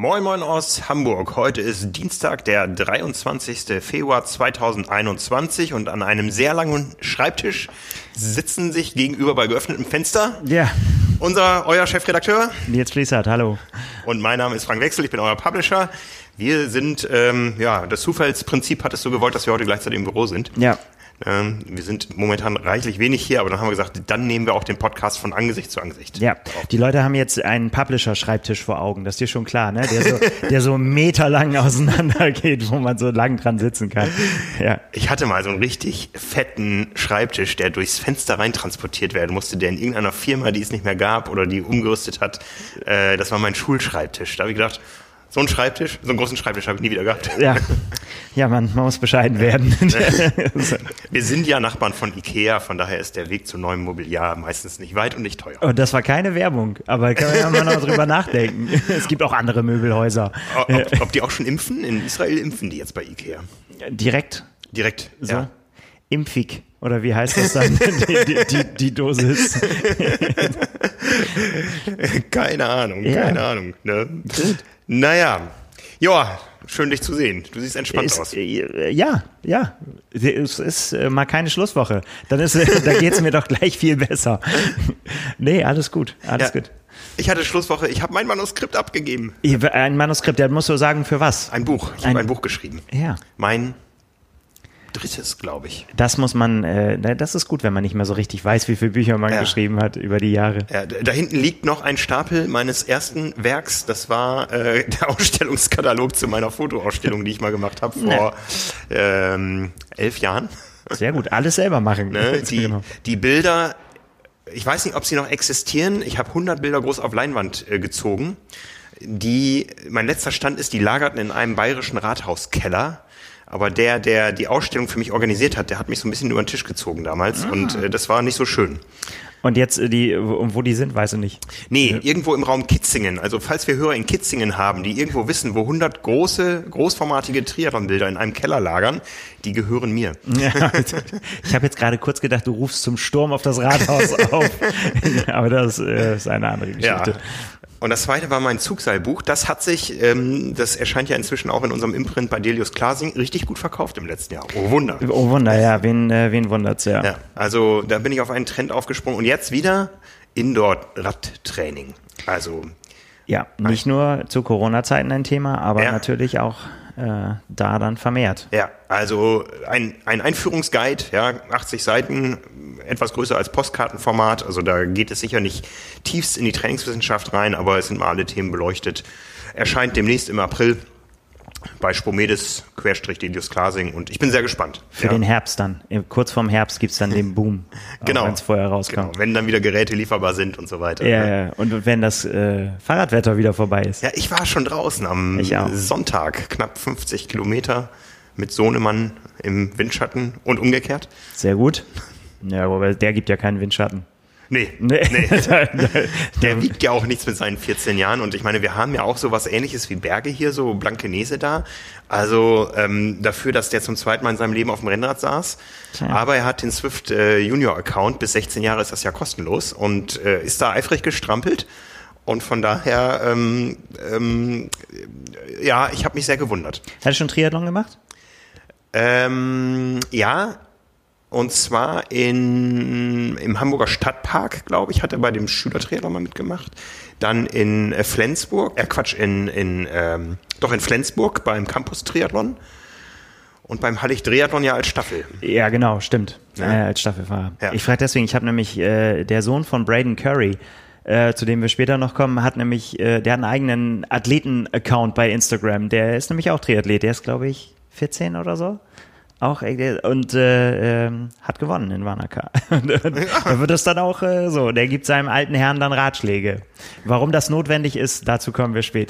Moin Moin aus Hamburg. Heute ist Dienstag, der 23. Februar 2021 und an einem sehr langen Schreibtisch sitzen sich gegenüber bei geöffnetem Fenster euer Chefredakteur Nils Fließert, hallo. Und mein Name ist Frank Wechsel, ich bin euer Publisher. Wir sind, das Zufallsprinzip hat es so gewollt, dass wir heute gleichzeitig im Büro sind. Ja. Wir sind momentan reichlich wenig hier, aber dann haben wir gesagt, dann nehmen wir auch den Podcast von Angesicht zu Angesicht. Ja, die Leute haben jetzt einen Publisher-Schreibtisch vor Augen, das ist dir schon klar, ne? Der so meterlang auseinander geht, wo man so lang dran sitzen kann. Ja. Ich hatte mal so einen richtig fetten Schreibtisch, der durchs Fenster rein transportiert werden musste, der in irgendeiner Firma, die es nicht mehr gab oder die umgerüstet hat, das war mein Schulschreibtisch. Da habe ich gedacht, so einen großen Schreibtisch habe ich nie wieder gehabt. Ja, man muss bescheiden werden. Wir sind ja Nachbarn von Ikea, von daher ist der Weg zu neuem Mobiliar meistens nicht weit und nicht teuer. Und das war keine Werbung, aber kann man ja mal noch drüber nachdenken. Es gibt auch andere Möbelhäuser. Ob die auch schon impfen? In Israel impfen die jetzt bei Ikea. Direkt? So. Ja. Impfig. Oder wie heißt das dann? die Dosis. Keine Ahnung. Ne? Naja, schön dich zu sehen. Du siehst entspannt aus. Ja. Es ist mal keine Schlusswoche. Da geht's mir doch gleich viel besser. Nee, alles gut. Gut. Ich hatte Schlusswoche, ich habe mein Manuskript abgegeben. Ein Manuskript, der musst du sagen, für was? Ein Buch. Ich habe ein Buch geschrieben. Ja. Mein drittes, glaube ich. Das muss man, das ist gut, wenn man nicht mehr so richtig weiß, wie viele Bücher man geschrieben hat über die Jahre. Ja, da hinten liegt noch ein Stapel meines ersten Werks. Das war der Ausstellungskatalog zu meiner Fotoausstellung, die ich mal gemacht habe vor 11 Jahren. Sehr gut, alles selber machen. Ne? Die Bilder, ich weiß nicht, ob sie noch existieren. Ich habe 100 Bilder groß auf Leinwand gezogen. Mein letzter Stand ist, die lagerten in einem bayerischen Rathauskeller. Aber der die Ausstellung für mich organisiert hat, der hat mich so ein bisschen über den Tisch gezogen damals und das war nicht so schön. Und jetzt, wo die sind, weißt du nicht? Nee, irgendwo im Raum Kitzingen. Also falls wir Hörer in Kitzingen haben, die irgendwo wissen, wo 100 großformatige Triathlon-Bilder in einem Keller lagern, die gehören mir. Ja, ich habe jetzt gerade kurz gedacht, du rufst zum Sturm auf das Rathaus auf. Aber das ist eine andere Geschichte. Ja. Und das zweite war mein Zugseilbuch. Das hat sich, das erscheint ja inzwischen auch in unserem Imprint bei Delius Klasing, richtig gut verkauft im letzten Jahr. Oh Wunder. Oh Wunder, ja. Wen wundert's, ja. Ja, also da bin ich auf einen Trend aufgesprungen. Und jetzt wieder Indoor-Radtraining. Also ja, nicht nur zu Corona-Zeiten ein Thema, aber natürlich auch da dann vermehrt. Ja, also ein Einführungsguide, 80 Seiten, etwas größer als Postkartenformat. Also da geht es sicher nicht tiefst in die Trainingswissenschaft rein, aber es sind mal alle Themen beleuchtet. Erscheint demnächst im April bei Spomedes /Delius Klasing und ich bin sehr gespannt. Für den Herbst dann. Kurz vorm Herbst gibt's dann den Boom. Genau. Wenn es vorher rauskommt. Genau, wenn dann wieder Geräte lieferbar sind und so weiter. Ja. Und wenn das Fahrradwetter wieder vorbei ist. Ja, ich war schon draußen am Sonntag, knapp 50 Kilometer mit Sohnemann im Windschatten und umgekehrt. Sehr gut. Ja, aber der gibt ja keinen Windschatten. Nee. Der wiegt ja auch nichts mit seinen 14 Jahren und ich meine, wir haben ja auch so was Ähnliches wie Berge hier, so Blankenese da. Also dafür, dass der zum zweiten Mal in seinem Leben auf dem Rennrad saß. Ja. Aber er hat den Swift Junior Account, bis 16 Jahre ist das ja kostenlos und ist da eifrig gestrampelt. Und von daher, ich habe mich sehr gewundert. Hat er schon Triathlon gemacht? Ja. Und zwar im Hamburger Stadtpark, glaube ich, hat er bei dem Schülertriathlon mal mitgemacht. Dann in Flensburg, in Flensburg beim Campus-Triathlon. Und beim Hallig-Triathlon ja als Staffel. Ja, genau, stimmt. Ja. Als Staffelfahrer. Ja. Ich frage deswegen, ich habe nämlich der Sohn von Braden Curry, zu dem wir später noch kommen, der hat einen eigenen Athleten-Account bei Instagram. Der ist nämlich auch Triathlet. Der ist, glaube ich, 14 oder so. Auch und hat gewonnen in Wanaka. Da wird es dann auch so. Der gibt seinem alten Herrn dann Ratschläge. Warum das notwendig ist, dazu kommen wir später.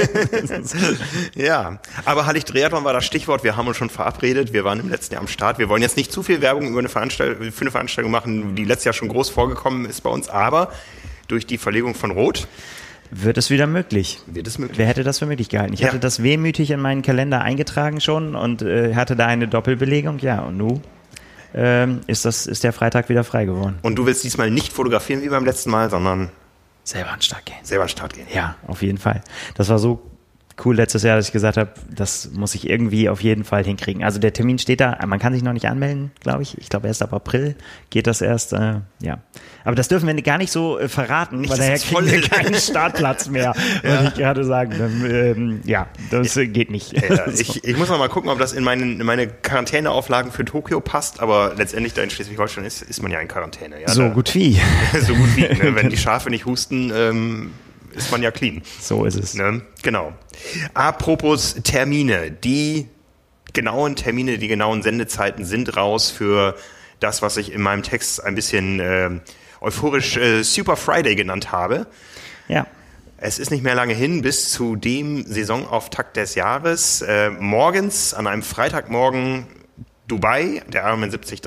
Ja, aber Hallig-Triathlon war das Stichwort. Wir haben uns schon verabredet. Wir waren im letzten Jahr am Start. Wir wollen jetzt nicht zu viel Werbung für eine Veranstaltung machen, die letztes Jahr schon groß vorgekommen ist bei uns. Aber durch die Verlegung von Rot wird es wieder möglich. Wer hätte das für möglich gehalten? Ich hatte das wehmütig in meinen Kalender eingetragen schon und hatte da eine Doppelbelegung. Ja, und nun ist der Freitag wieder frei geworden. Und du willst diesmal nicht fotografieren wie beim letzten Mal, sondern selber an den Start gehen. Selber an den Start gehen. Ja, auf jeden Fall. Das war so cool letztes Jahr, dass ich gesagt habe, das muss ich irgendwie auf jeden Fall hinkriegen. Also der Termin steht da, man kann sich noch nicht anmelden, glaube ich. Ich glaube, erst ab April geht das erst, ja. Aber das dürfen wir gar nicht so verraten, weil daher kriegen wir keinen Startplatz mehr, würde ich gerade sagen. Ja, das geht nicht. Ja, ich muss noch mal gucken, ob das in meine Quarantäneauflagen für Tokio passt, aber letztendlich da in Schleswig-Holstein ist man ja in Quarantäne. Ja, so gut wie. So gut wie. Ne? Wenn die Schafe nicht husten, ist man ja clean. So ist es. Ne? Genau. Apropos Termine. Die genauen Termine, die genauen Sendezeiten sind raus für das, was ich in meinem Text ein bisschen euphorisch Super Friday genannt habe. Ja. Es ist nicht mehr lange hin bis zu dem Saisonauftakt des Jahres. Morgens, an einem Freitagmorgen, Dubai, der Ironman 73.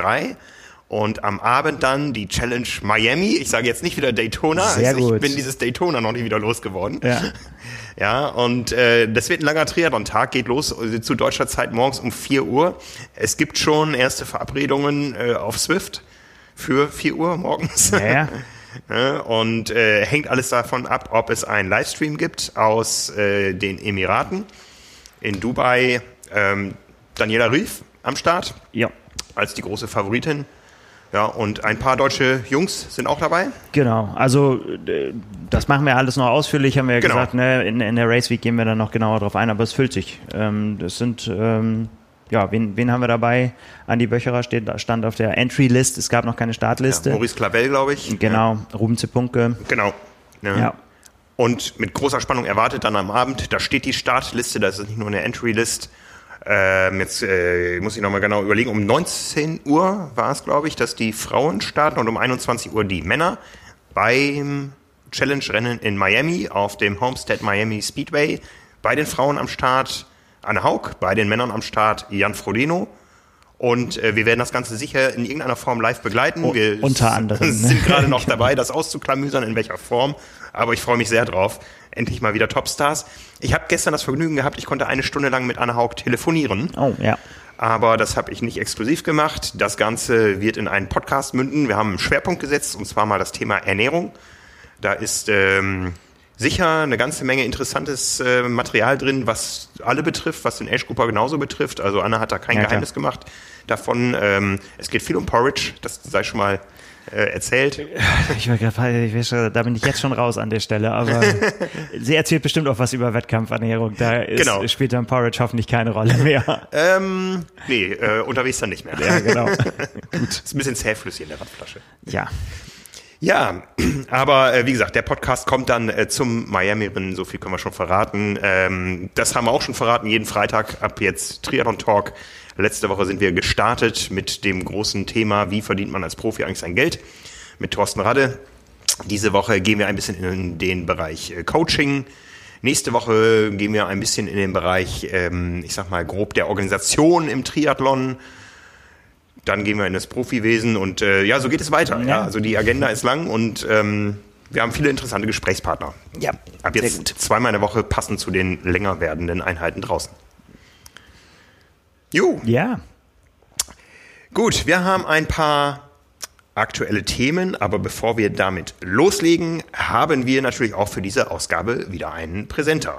Und am Abend dann die Challenge Miami. Ich sage jetzt nicht wieder Daytona. Sehr gut. Ich bin dieses Daytona noch nicht wieder losgeworden. Ja. Ja, und das wird ein langer Triathlon-Tag. Geht los zu deutscher Zeit morgens um 4 Uhr. Es gibt schon erste Verabredungen auf Swift für 4 Uhr morgens. Ja. Und hängt alles davon ab, ob es einen Livestream gibt aus den Emiraten. In Dubai Daniela Ryf am Start. Ja. Als die große Favoritin. Ja, und ein paar deutsche Jungs sind auch dabei. Genau, also das machen wir alles noch ausführlich, haben wir ja gesagt, ne? In der Race Week gehen wir dann noch genauer drauf ein, aber es füllt sich. Das sind, ja, wen haben wir dabei? Andi Böcherer stand auf der Entry-List, es gab noch keine Startliste. Ja, Maurice Clavel, glaube ich. Genau, ja. Ruben Zepunke. Genau. Ja. Und mit großer Spannung erwartet dann am Abend, da steht die Startliste, das ist nicht nur eine Entry-List. Jetzt muss ich nochmal genau überlegen, um 19 Uhr war es, glaube ich, dass die Frauen starten und um 21 Uhr die Männer beim Challenge-Rennen in Miami auf dem Homestead Miami Speedway. Bei den Frauen am Start Anne Haug, bei den Männern am Start Jan Frodeno. Und wir werden das Ganze sicher in irgendeiner Form live begleiten. Wir unter anderem sind gerade noch dabei, das auszuklamüsern, in welcher Form. Aber ich freue mich sehr drauf. Endlich mal wieder Topstars. Ich habe gestern das Vergnügen gehabt, ich konnte 1 Stunde lang mit Anne Haug telefonieren. Oh, ja. Aber das habe ich nicht exklusiv gemacht. Das Ganze wird in einen Podcast münden. Wir haben einen Schwerpunkt gesetzt, und zwar mal das Thema Ernährung. Da ist sicher eine ganze Menge interessantes Material drin, was alle betrifft, was den Age-Grupper genauso betrifft. Also Anne hat da kein Geheimnis gemacht davon. Es geht viel um Porridge, das sei schon mal erzählt. Da bin ich jetzt schon raus an der Stelle, aber sie erzählt bestimmt auch was über Wettkampfernährung. Da spielt dann Porridge hoffentlich keine Rolle mehr. Nee, unterwegs dann nicht mehr. Ja, genau. Gut. Ist ein bisschen zähflüssig in der Radflasche. Ja. Ja, aber wie gesagt, der Podcast kommt dann zum Miami-Rennen, so viel können wir schon verraten. Das haben wir auch schon verraten, jeden Freitag ab jetzt Triathlon Talk. Letzte Woche sind wir gestartet mit dem großen Thema, wie verdient man als Profi eigentlich sein Geld, mit Thorsten Radde. Diese Woche gehen wir ein bisschen in den Bereich Coaching. Nächste Woche gehen wir ein bisschen in den Bereich, ich sag mal grob der Organisation im Triathlon. Dann gehen wir in das Profiwesen und ja, so geht es weiter. Ja. Also die Agenda ist lang und wir haben viele interessante Gesprächspartner. Ja, ab jetzt 2-mal in der Woche passend zu den länger werdenden Einheiten draußen. Jo. Ja. Gut, wir haben ein paar aktuelle Themen, aber bevor wir damit loslegen, haben wir natürlich auch für diese Ausgabe wieder einen Präsenter.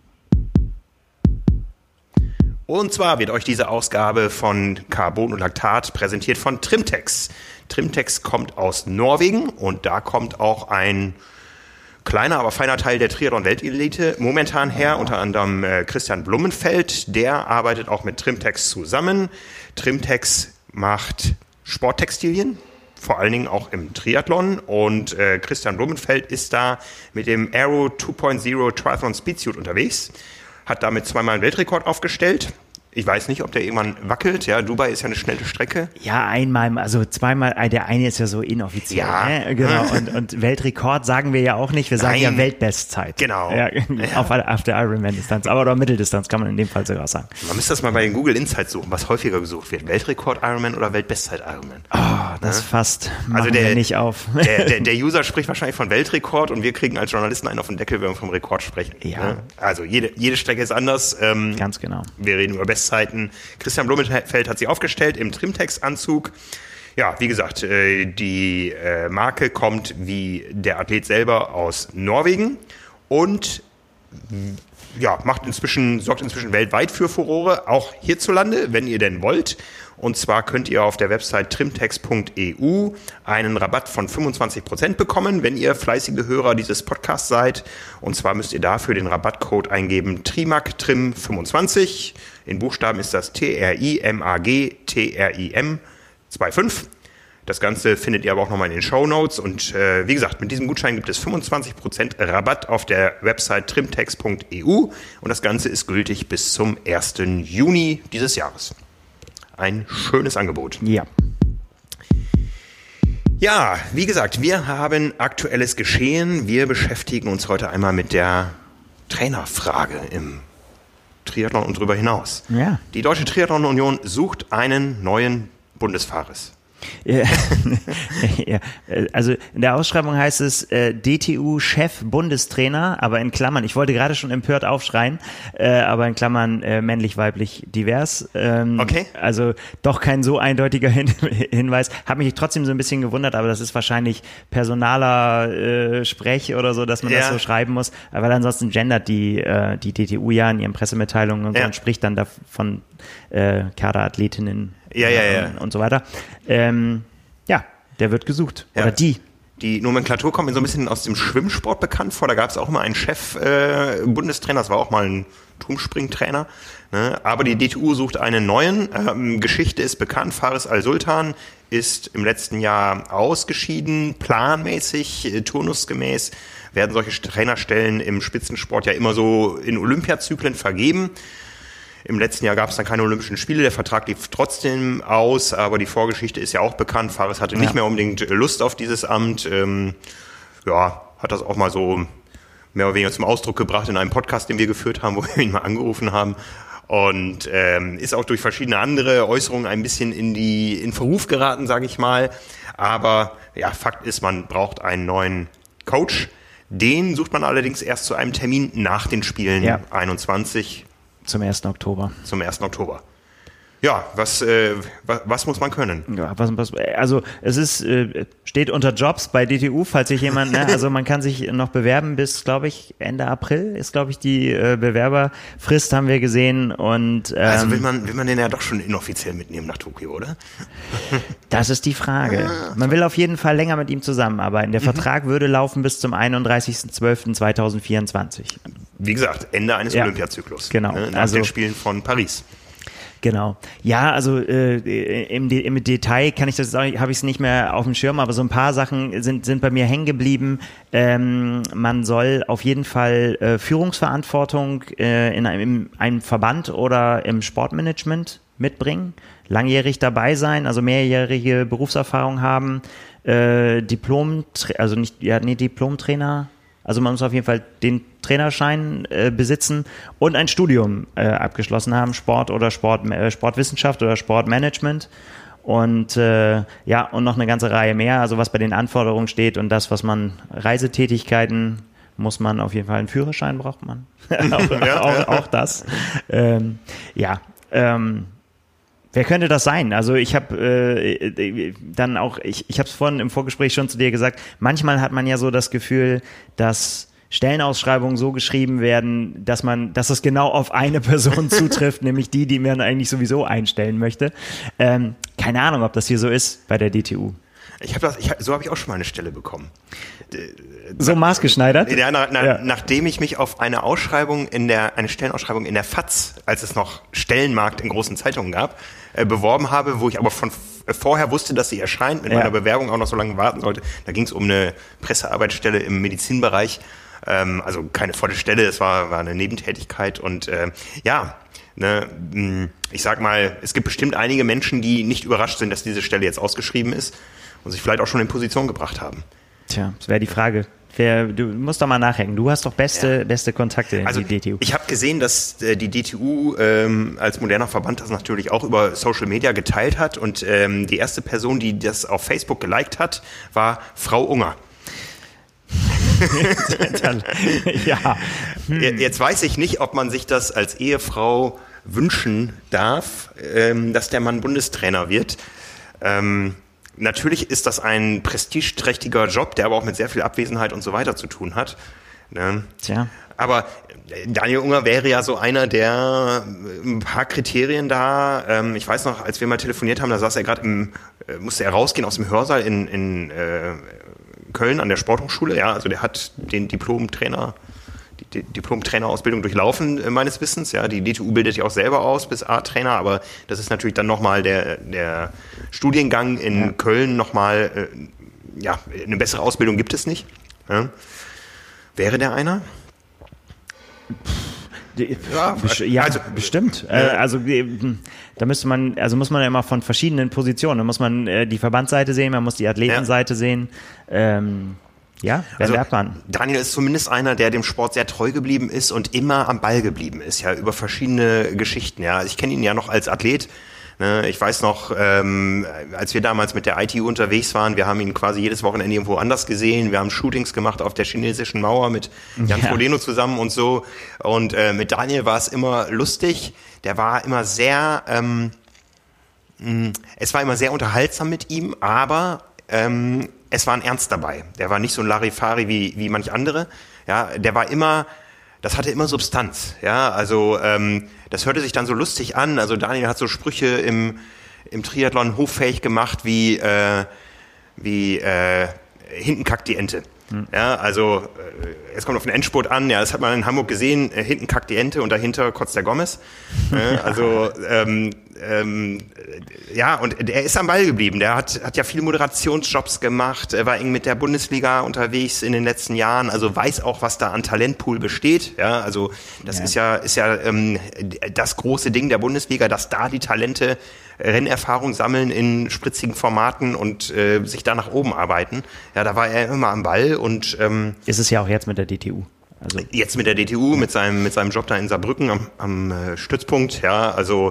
Und zwar wird euch diese Ausgabe von Carbon und Laktat präsentiert von Trimtex. Trimtex kommt aus Norwegen und da kommt auch ein kleiner, aber feiner Teil der Triathlon-Weltelite momentan her, unter anderem Christian Blumenfeld, der arbeitet auch mit Trimtex zusammen. Trimtex macht Sporttextilien, vor allen Dingen auch im Triathlon, und Christian Blumenfeld ist da mit dem Aero 2.0 Triathlon Speedsuit unterwegs, hat damit 2-mal einen Weltrekord aufgestellt. Ich weiß nicht, ob der irgendwann wackelt. Ja, Dubai ist ja eine schnelle Strecke. Ja, einmal, also 2-mal. Der eine ist ja so inoffiziell. Ja. Ne? Genau. Und Weltrekord sagen wir ja auch nicht. Wir sagen ja Weltbestzeit. Genau. Ja, auf der Ironman-Distanz. Aber auf Mitteldistanz kann man in dem Fall sogar sagen. Man müsste das mal bei den Google Insights suchen, was häufiger gesucht wird. Weltrekord Ironman oder Weltbestzeit Ironman? Oh, das fast machen wir nicht auf. Der User spricht wahrscheinlich von Weltrekord und wir kriegen als Journalisten einen auf den Deckel, wenn wir vom Rekord sprechen. Ja. Ne? Also jede Strecke ist anders. Ganz genau. Wir reden über Bestzeiten. Christian Blumenfeld hat sie aufgestellt im Trimtex-Anzug. Ja, wie gesagt, die Marke kommt wie der Athlet selber aus Norwegen und sorgt inzwischen weltweit für Furore, auch hierzulande, wenn ihr denn wollt. Und zwar könnt ihr auf der Website trimtex.eu einen Rabatt von 25% bekommen, wenn ihr fleißige Hörer dieses Podcasts seid. Und zwar müsst ihr dafür den Rabattcode eingeben TRIMAG25. In Buchstaben ist das TRIMAG-TRIM25. Das Ganze findet ihr aber auch nochmal in den Shownotes. Und wie gesagt, mit diesem Gutschein gibt es 25% Rabatt auf der Website trimtex.eu. Und das Ganze ist gültig bis zum 1. Juni dieses Jahres. Ein schönes Angebot. Ja. Ja, wie gesagt, wir haben aktuelles Geschehen. Wir beschäftigen uns heute einmal mit der Trainerfrage im Triathlon und darüber hinaus. Ja. Die Deutsche Triathlon Union sucht einen neuen Bundesfahrer. Ja, also in der Ausschreibung heißt es DTU-Chef Bundestrainer, aber in Klammern, ich wollte gerade schon empört aufschreien, aber in Klammern männlich, weiblich, divers. Okay. Also doch kein so eindeutiger Hinweis. Habe mich trotzdem so ein bisschen gewundert, aber das ist wahrscheinlich personaler Sprech oder so, dass man das so schreiben muss. Weil ansonsten gendert die DTU ja in ihren Pressemitteilungen und so und spricht dann davon Kaderathletinnen und so weiter. Der wird gesucht. Ja. Oder die. Die Nomenklatur kommt mir so ein bisschen aus dem Schwimmsport bekannt vor. Da gab es auch mal einen Chef-Bundestrainer, das war auch mal ein Turmspringtrainer. Ne? Aber die DTU sucht einen neuen. Geschichte ist bekannt. Faris Al-Sultan ist im letzten Jahr ausgeschieden, planmäßig, turnusgemäß. Werden solche Trainerstellen im Spitzensport ja immer so in Olympiazyklen vergeben. Im letzten Jahr gab es dann keine Olympischen Spiele, der Vertrag lief trotzdem aus, aber die Vorgeschichte ist ja auch bekannt. Faris hatte nicht mehr unbedingt Lust auf dieses Amt. Hat das auch mal so mehr oder weniger zum Ausdruck gebracht in einem Podcast, den wir geführt haben, wo wir ihn mal angerufen haben. Und ist auch durch verschiedene andere Äußerungen ein bisschen in Verruf geraten, sage ich mal. Aber ja, Fakt ist, man braucht einen neuen Coach. Den sucht man allerdings erst zu einem Termin nach den Spielen 21. Zum 1. Oktober. Zum 1. Oktober. Ja, was muss man können? Ja, also es ist steht unter Jobs bei DTU, falls sich jemand, also man kann sich noch bewerben bis, glaube ich, Ende April ist, glaube ich, die Bewerberfrist, haben wir gesehen. Und also will man den ja doch schon inoffiziell mitnehmen nach Tokio, oder? Das ist die Frage. Man will auf jeden Fall länger mit ihm zusammenarbeiten. Der Vertrag würde laufen bis zum 31.12.2024. Wie gesagt, Ende eines Olympiazyklus. Genau. Nach den Spielen von Paris. Genau. Ja, also im Detail kann ich das jetzt auch nicht, habe ich es nicht mehr auf dem Schirm, aber so ein paar Sachen sind bei mir hängen geblieben. Man soll auf jeden Fall Führungsverantwortung in einem Verband oder im Sportmanagement mitbringen, langjährig dabei sein, also mehrjährige Berufserfahrung haben, Diplomtrainer. Also man muss auf jeden Fall den Trainerschein besitzen und ein Studium abgeschlossen haben, Sportwissenschaft oder Sportmanagement und und noch eine ganze Reihe mehr, also was bei den Anforderungen steht und das, was man Reisetätigkeiten muss man auf jeden Fall einen Führerschein braucht man. auch das. Wer könnte das sein? Also ich habe dann auch, ich habe es vorhin im Vorgespräch schon zu dir gesagt, manchmal hat man ja so das Gefühl, dass Stellenausschreibungen so geschrieben werden, dass es genau auf eine Person zutrifft, nämlich die man eigentlich sowieso einstellen möchte. Keine Ahnung, ob das hier so ist bei der DTU. So habe ich auch schon mal eine Stelle bekommen. So maßgeschneidert? Nachdem ich mich auf eine Stellenausschreibung in der FAZ, als es noch Stellenmarkt in großen Zeitungen gab, beworben habe, wo ich aber von vorher wusste, dass sie erscheint, mit meiner Bewerbung auch noch so lange warten sollte. Da ging es um eine Pressearbeitsstelle im Medizinbereich. Also keine volle Stelle, es war eine Nebentätigkeit und ich sag mal, es gibt bestimmt einige Menschen, die nicht überrascht sind, dass diese Stelle jetzt ausgeschrieben ist und sich vielleicht auch schon in Position gebracht haben. Tja, das wäre die Frage. Du musst doch mal nachhängen. Du hast doch beste Kontakte in die DTU. Ich habe gesehen, dass die DTU als moderner Verband das natürlich auch über Social Media geteilt hat und die erste Person, die das auf Facebook geliked hat, war Frau Unger. Jetzt weiß ich nicht, ob man sich das als Ehefrau wünschen darf, dass der Mann Bundestrainer wird. Natürlich ist das ein prestigeträchtiger Job, der aber auch mit sehr viel Abwesenheit und so weiter zu tun hat. Ne? Tja. Aber Daniel Unger wäre ja so einer, der ein paar Kriterien da, ich weiß noch, als wir mal telefoniert haben, da saß er gerade musste er rausgehen aus dem Hörsaal in Köln an der Sporthochschule, ja, also der hat die Diplom-Trainerausbildung durchlaufen, meines Wissens, ja, die DTU bildet ja auch selber aus bis A-Trainer, aber das ist natürlich dann nochmal der Studiengang in Köln nochmal, eine bessere Ausbildung gibt es nicht. Ja. Wäre der einer? Bestimmt. Da muss man ja immer von verschiedenen Positionen, da muss man die Verbandsseite sehen, man muss die Athletenseite sehen. Werden wir abwarten. Daniel ist zumindest einer, der dem Sport sehr treu geblieben ist und immer am Ball geblieben ist, ja, über verschiedene Geschichten. Ja, ich kenne ihn ja noch als Athlet. Ne, ich weiß noch, als wir damals mit der ITU unterwegs waren, wir haben ihn quasi jedes Wochenende irgendwo anders gesehen. Wir haben Shootings gemacht auf der chinesischen Mauer mit Jan Frodeno zusammen und so. Und mit Daniel war es immer lustig. Der war immer sehr, es war immer sehr unterhaltsam mit ihm, aber es war ein Ernst dabei. Der war nicht so ein Larifari wie manch andere. Ja, das hatte immer Substanz. Ja, also das hörte sich dann so lustig an. Also Daniel hat so Sprüche im Triathlon hochfähig gemacht wie hinten kackt die Ente. Ja, also es kommt auf den Endspurt an, ja, das hat man in Hamburg gesehen, hinten kackt die Ente und dahinter kotzt der Gomez. Also und er ist am Ball geblieben. Der hat ja viele Moderationsjobs gemacht, er war eng mit der Bundesliga unterwegs in den letzten Jahren, also weiß auch, was da an Talentpool besteht. Ja, also das ist ja das große Ding der Bundesliga, dass da die Talente Rennerfahrung sammeln in spritzigen Formaten und sich da nach oben arbeiten. Ja, da war er immer am Ball und ist es ja auch jetzt mit der DTU. Also jetzt mit der DTU, mit seinem Job da in Saarbrücken am Stützpunkt, ja, also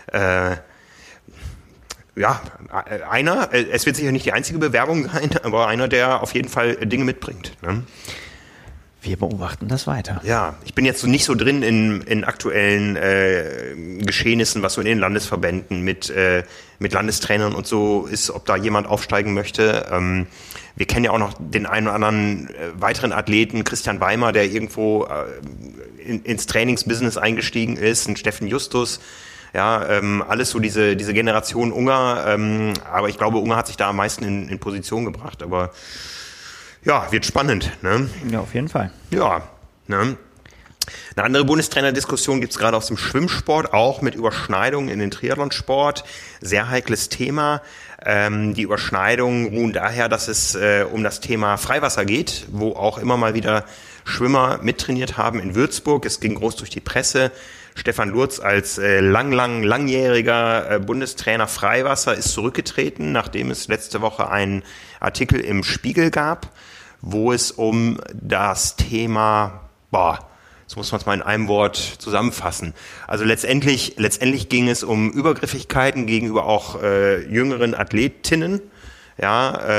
es wird sicher nicht die einzige Bewerbung sein, aber einer, der auf jeden Fall Dinge mitbringt. Ne? Wir beobachten das weiter. Ja, ich bin jetzt so nicht so drin in aktuellen Geschehnissen, was so in den Landesverbänden mit Landestrainern und so ist, ob da jemand aufsteigen möchte. Wir kennen ja auch noch den einen oder anderen weiteren Athleten, Christian Weimer, der irgendwo ins Trainingsbusiness eingestiegen ist, ein Steffen Justus. Ja, alles so diese Generation Unger. Aber ich glaube, Unger hat sich da am meisten in Position gebracht. Aber ja, wird spannend. Ne? Ja, auf jeden Fall. Ja, ne? Eine andere Bundestrainerdiskussion gibt es gerade aus dem Schwimmsport, auch mit Überschneidungen in den Triathlonsport. Sehr heikles Thema. Die Überschneidungen ruhen daher, dass es um das Thema Freiwasser geht, wo auch immer mal wieder Schwimmer mittrainiert haben in Würzburg. Es ging groß durch die Presse. Stefan Lurz als langjähriger Bundestrainer Freiwasser ist zurückgetreten, nachdem es letzte Woche einen Artikel im Spiegel gab, wo es um das Thema, jetzt muss man es mal in einem Wort zusammenfassen. Also letztendlich ging es um Übergriffigkeiten gegenüber auch jüngeren Athletinnen, ja,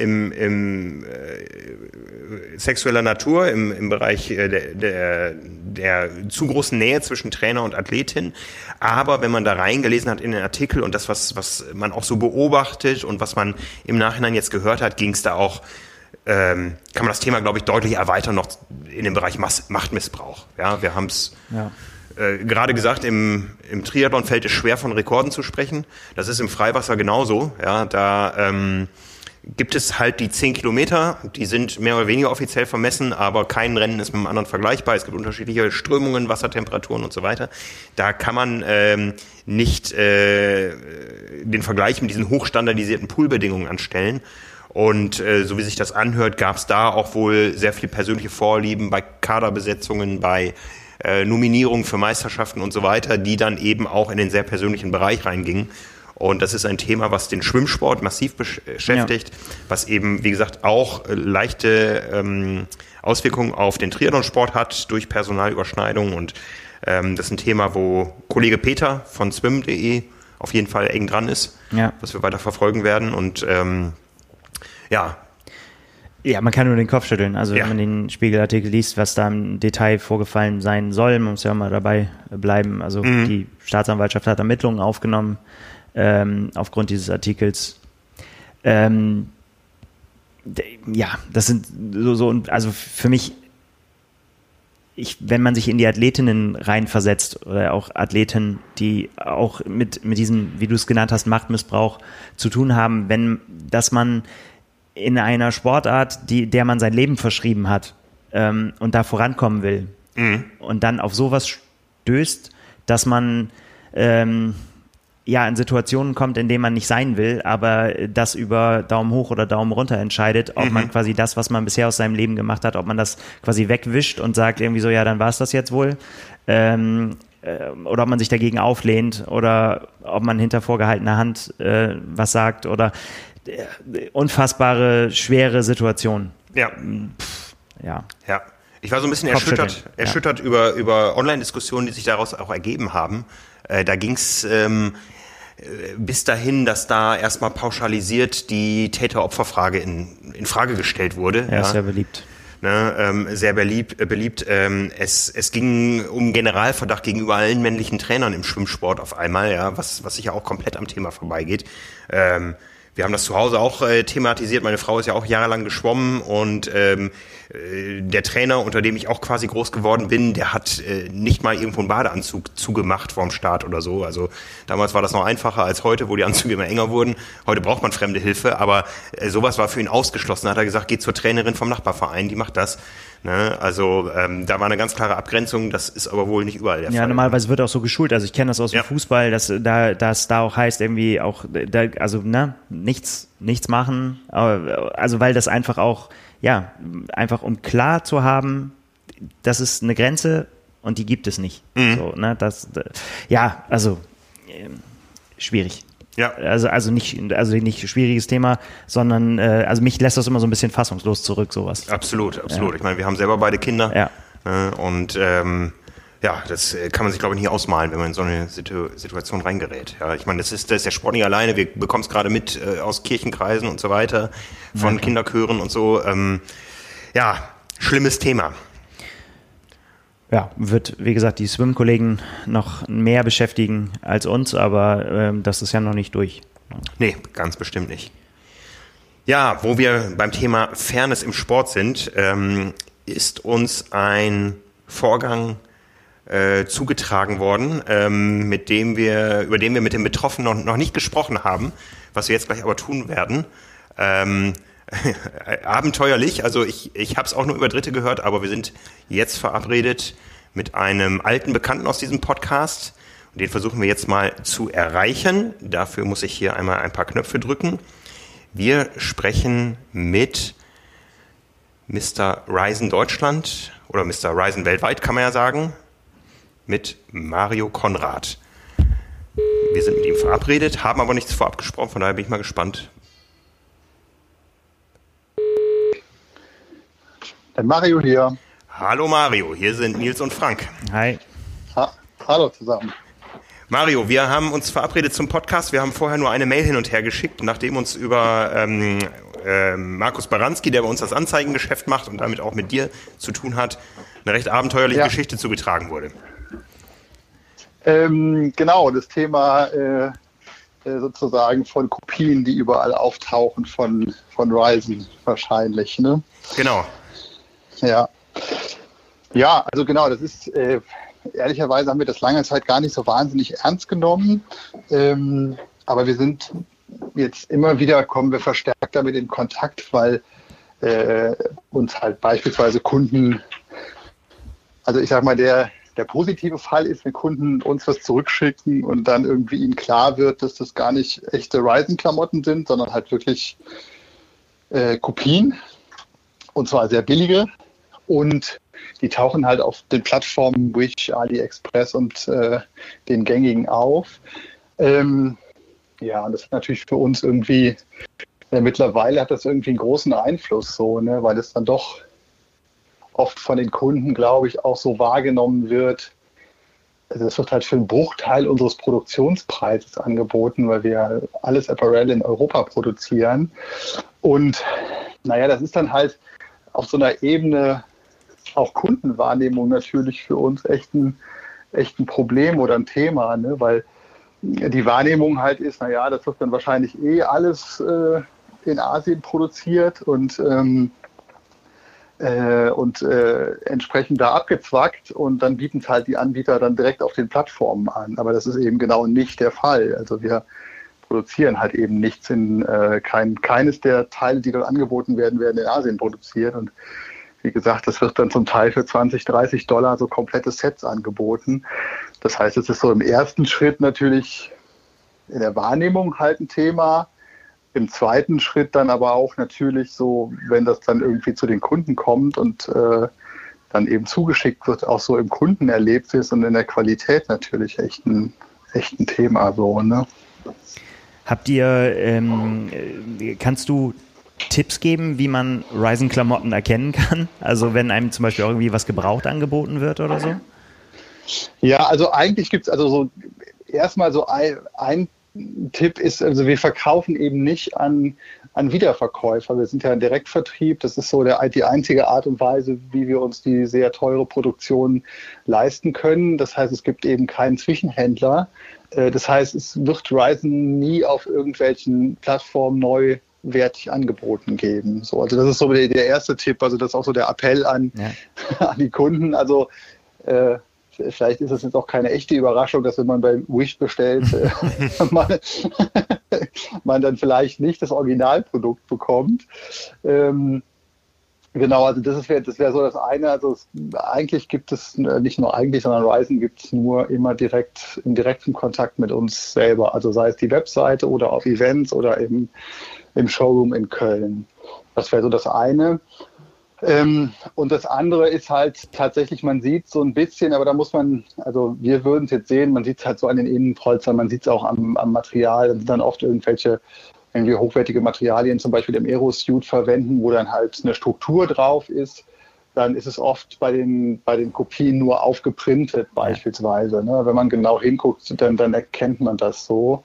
im sexueller Natur, im Bereich der zu großen Nähe zwischen Trainer und Athletin. Aber wenn man da reingelesen hat in den Artikel und das, was man auch so beobachtet und was man im Nachhinein jetzt gehört hat, ging es da auch, kann man das Thema, glaube ich, deutlich erweitern noch in dem Bereich Machtmissbrauch. Ja, wir haben es gerade gesagt, im Triathlon fällt es schwer, von Rekorden zu sprechen. Das ist im Freiwasser genauso. Ja, da gibt es halt die 10 Kilometer, die sind mehr oder weniger offiziell vermessen, aber kein Rennen ist mit dem anderen vergleichbar. Es gibt unterschiedliche Strömungen, Wassertemperaturen und so weiter. Da kann man nicht den Vergleich mit diesen hochstandardisierten Poolbedingungen anstellen. Und so wie sich das anhört, gab es da auch wohl sehr viele persönliche Vorlieben bei Kaderbesetzungen, bei Nominierungen für Meisterschaften und so weiter, die dann eben auch in den sehr persönlichen Bereich reingingen. Und das ist ein Thema, was den Schwimmsport massiv beschäftigt, was eben, wie gesagt, auch leichte Auswirkungen auf den Triathlonsport hat durch Personalüberschneidungen. Und das ist ein Thema, wo Kollege Peter von swim.de auf jeden Fall eng dran ist, was wir weiter verfolgen werden. Und Ja, man kann nur den Kopf schütteln. Also wenn man den Spiegelartikel liest, was da im Detail vorgefallen sein soll, man muss ja mal dabei bleiben. Also die Staatsanwaltschaft hat Ermittlungen aufgenommen aufgrund dieses Artikels. Das sind so also für mich wenn man sich in die Athletinnen reinversetzt oder auch Athleten, die auch mit diesem, wie du es genannt hast, Machtmissbrauch zu tun haben, dass man in einer Sportart, der man sein Leben verschrieben hat und da vorankommen will und dann auf sowas stößt, dass man in Situationen kommt, in denen man nicht sein will, aber das über Daumen hoch oder Daumen runter entscheidet, ob man quasi das, was man bisher aus seinem Leben gemacht hat, ob man das quasi wegwischt und sagt irgendwie so, ja, dann war es das jetzt wohl. Oder ob man sich dagegen auflehnt oder ob man hinter vorgehaltener Hand was sagt oder unfassbare, schwere Situation. Ja. Ja. Ich war so ein bisschen erschüttert über Online-Diskussionen, die sich daraus auch ergeben haben. Da ging es bis dahin, dass da erstmal pauschalisiert die Täter-Opfer-Frage in Frage gestellt wurde. Ja, sehr beliebt. Sehr beliebt. Es ging um Generalverdacht gegenüber allen männlichen Trainern im Schwimmsport auf einmal, ja, was sicher auch komplett am Thema vorbeigeht. Wir haben das zu Hause auch thematisiert. Meine Frau ist ja auch jahrelang geschwommen und der Trainer, unter dem ich auch quasi groß geworden bin, der hat nicht mal irgendwo einen Badeanzug zugemacht vorm Start oder so. Also damals war das noch einfacher als heute, wo die Anzüge immer enger wurden. Heute braucht man fremde Hilfe, aber sowas war für ihn ausgeschlossen. Da hat er gesagt, geht zur Trainerin vom Nachbarverein, die macht das. Ne? Also da war eine ganz klare Abgrenzung, das ist aber wohl nicht überall der Fall. Ja, normalerweise wird auch so geschult, also ich kenne das aus dem Fußball, dass da auch heißt irgendwie auch, nichts machen, also weil das einfach auch, einfach um klar zu haben, das ist eine Grenze und die gibt es nicht. So, ne? Schwierig. Ja. Also nicht schwieriges Thema, sondern also mich lässt das immer so ein bisschen fassungslos zurück, sowas. Absolut. Ja. Ich meine, wir haben selber beide Kinder. Ja. Und das kann man sich, glaube ich, nicht ausmalen, wenn man in so eine Situation reingerät. Ja, ich meine, das ist der Sport nicht alleine. Wir bekommen es gerade mit aus Kirchenkreisen und so weiter, von Kinderchören und so. Schlimmes Thema. Ja, wird, wie gesagt, die Swim-Kollegen noch mehr beschäftigen als uns, aber das ist ja noch nicht durch. Nee, ganz bestimmt nicht. Ja, wo wir beim Thema Fairness im Sport sind, ist uns ein Vorgang zugetragen worden, über den wir mit den Betroffenen noch nicht gesprochen haben, was wir jetzt gleich aber tun werden. Abenteuerlich, also ich habe es auch nur über Dritte gehört, aber wir sind jetzt verabredet mit einem alten Bekannten aus diesem Podcast und den versuchen wir jetzt mal zu erreichen. Dafür muss ich hier einmal ein paar Knöpfe drücken. Wir sprechen mit Mr. Risen Deutschland oder Mr. Risen weltweit, kann man ja sagen, mit Mario Konrad. Wir sind mit ihm verabredet, haben aber nichts vorab gesprochen, von daher bin ich mal gespannt. Mario hier. Hallo Mario, hier sind Nils und Frank. Hi. Hallo zusammen. Mario, wir haben uns verabredet zum Podcast. Wir haben vorher nur eine Mail hin und her geschickt, nachdem uns über Markus Baranski, der bei uns das Anzeigengeschäft macht und damit auch mit dir zu tun hat, eine recht abenteuerliche Geschichte zugetragen wurde. Genau, das Thema sozusagen von Kopien, die überall auftauchen von Risen wahrscheinlich, ne? Genau. Ja, also genau, das ist, ehrlicherweise haben wir das lange Zeit gar nicht so wahnsinnig ernst genommen, aber wir sind jetzt immer wieder, kommen wir verstärkt damit in Kontakt, weil uns halt beispielsweise Kunden, also ich sag mal, der positive Fall ist, wenn Kunden uns was zurückschicken und dann irgendwie ihnen klar wird, dass das gar nicht echte Risen-Klamotten sind, sondern halt wirklich Kopien, und zwar sehr billige. Und die tauchen halt auf den Plattformen Wish, AliExpress und den gängigen auf. Und das hat natürlich für uns irgendwie, mittlerweile hat das irgendwie einen großen Einfluss, so, ne, weil es dann doch oft von den Kunden, glaube ich, auch so wahrgenommen wird. Also es wird halt für einen Bruchteil unseres Produktionspreises angeboten, weil wir alles Apparel in Europa produzieren. Und das ist dann halt auf so einer Ebene auch Kundenwahrnehmung natürlich für uns echt ein Problem oder ein Thema, ne? Weil die Wahrnehmung halt ist, das wird dann wahrscheinlich alles in Asien produziert und und entsprechend da abgezwackt und dann bieten es halt die Anbieter dann direkt auf den Plattformen an. Aber das ist eben genau nicht der Fall. Also wir produzieren halt eben nichts keines der Teile, die dort angeboten werden in Asien produziert. Und wie gesagt, das wird dann zum Teil für $20-30 so komplette Sets angeboten. Das heißt, es ist so im ersten Schritt natürlich in der Wahrnehmung halt ein Thema. Im zweiten Schritt dann aber auch natürlich so, wenn das dann irgendwie zu den Kunden kommt und dann eben zugeschickt wird, auch so im Kundenerlebnis und in der Qualität natürlich echt ein Thema. So, ne? Kannst du Tipps geben, wie man Ryzen-Klamotten erkennen kann? Also wenn einem zum Beispiel irgendwie was gebraucht angeboten wird oder so? Ja, also eigentlich gibt es also so erstmal so ein Tipp ist, also wir verkaufen eben nicht an Wiederverkäufer. Wir sind ja ein Direktvertrieb. Das ist so die einzige Art und Weise, wie wir uns die sehr teure Produktion leisten können. Das heißt, es gibt eben keinen Zwischenhändler. Das heißt, es wird Ryzen nie auf irgendwelchen Plattformen neuwertig angeboten geben. So, also das ist so der erste Tipp. Also das ist auch so der Appell an die Kunden. Also vielleicht ist es jetzt auch keine echte Überraschung, dass wenn man bei Wish bestellt, man dann vielleicht nicht das Originalprodukt bekommt. Genau, also das wäre so das eine. Also eigentlich gibt es, nicht nur eigentlich, sondern Ryzen gibt es nur immer im direkten Kontakt mit uns selber. Also sei es die Webseite oder auf Events oder im Showroom in Köln. Das wäre so das eine. Und das andere ist halt tatsächlich, man sieht so ein bisschen, aber da muss man, also wir würden es jetzt sehen, man sieht es halt so an den Innenpolstern, man sieht es auch am Material, das sind dann oft irgendwie hochwertige Materialien, zum Beispiel im Aero-Suit verwenden, wo dann halt eine Struktur drauf ist, dann ist es oft bei den Kopien nur aufgeprintet beispielsweise. Ne? Wenn man genau hinguckt, dann erkennt man das so.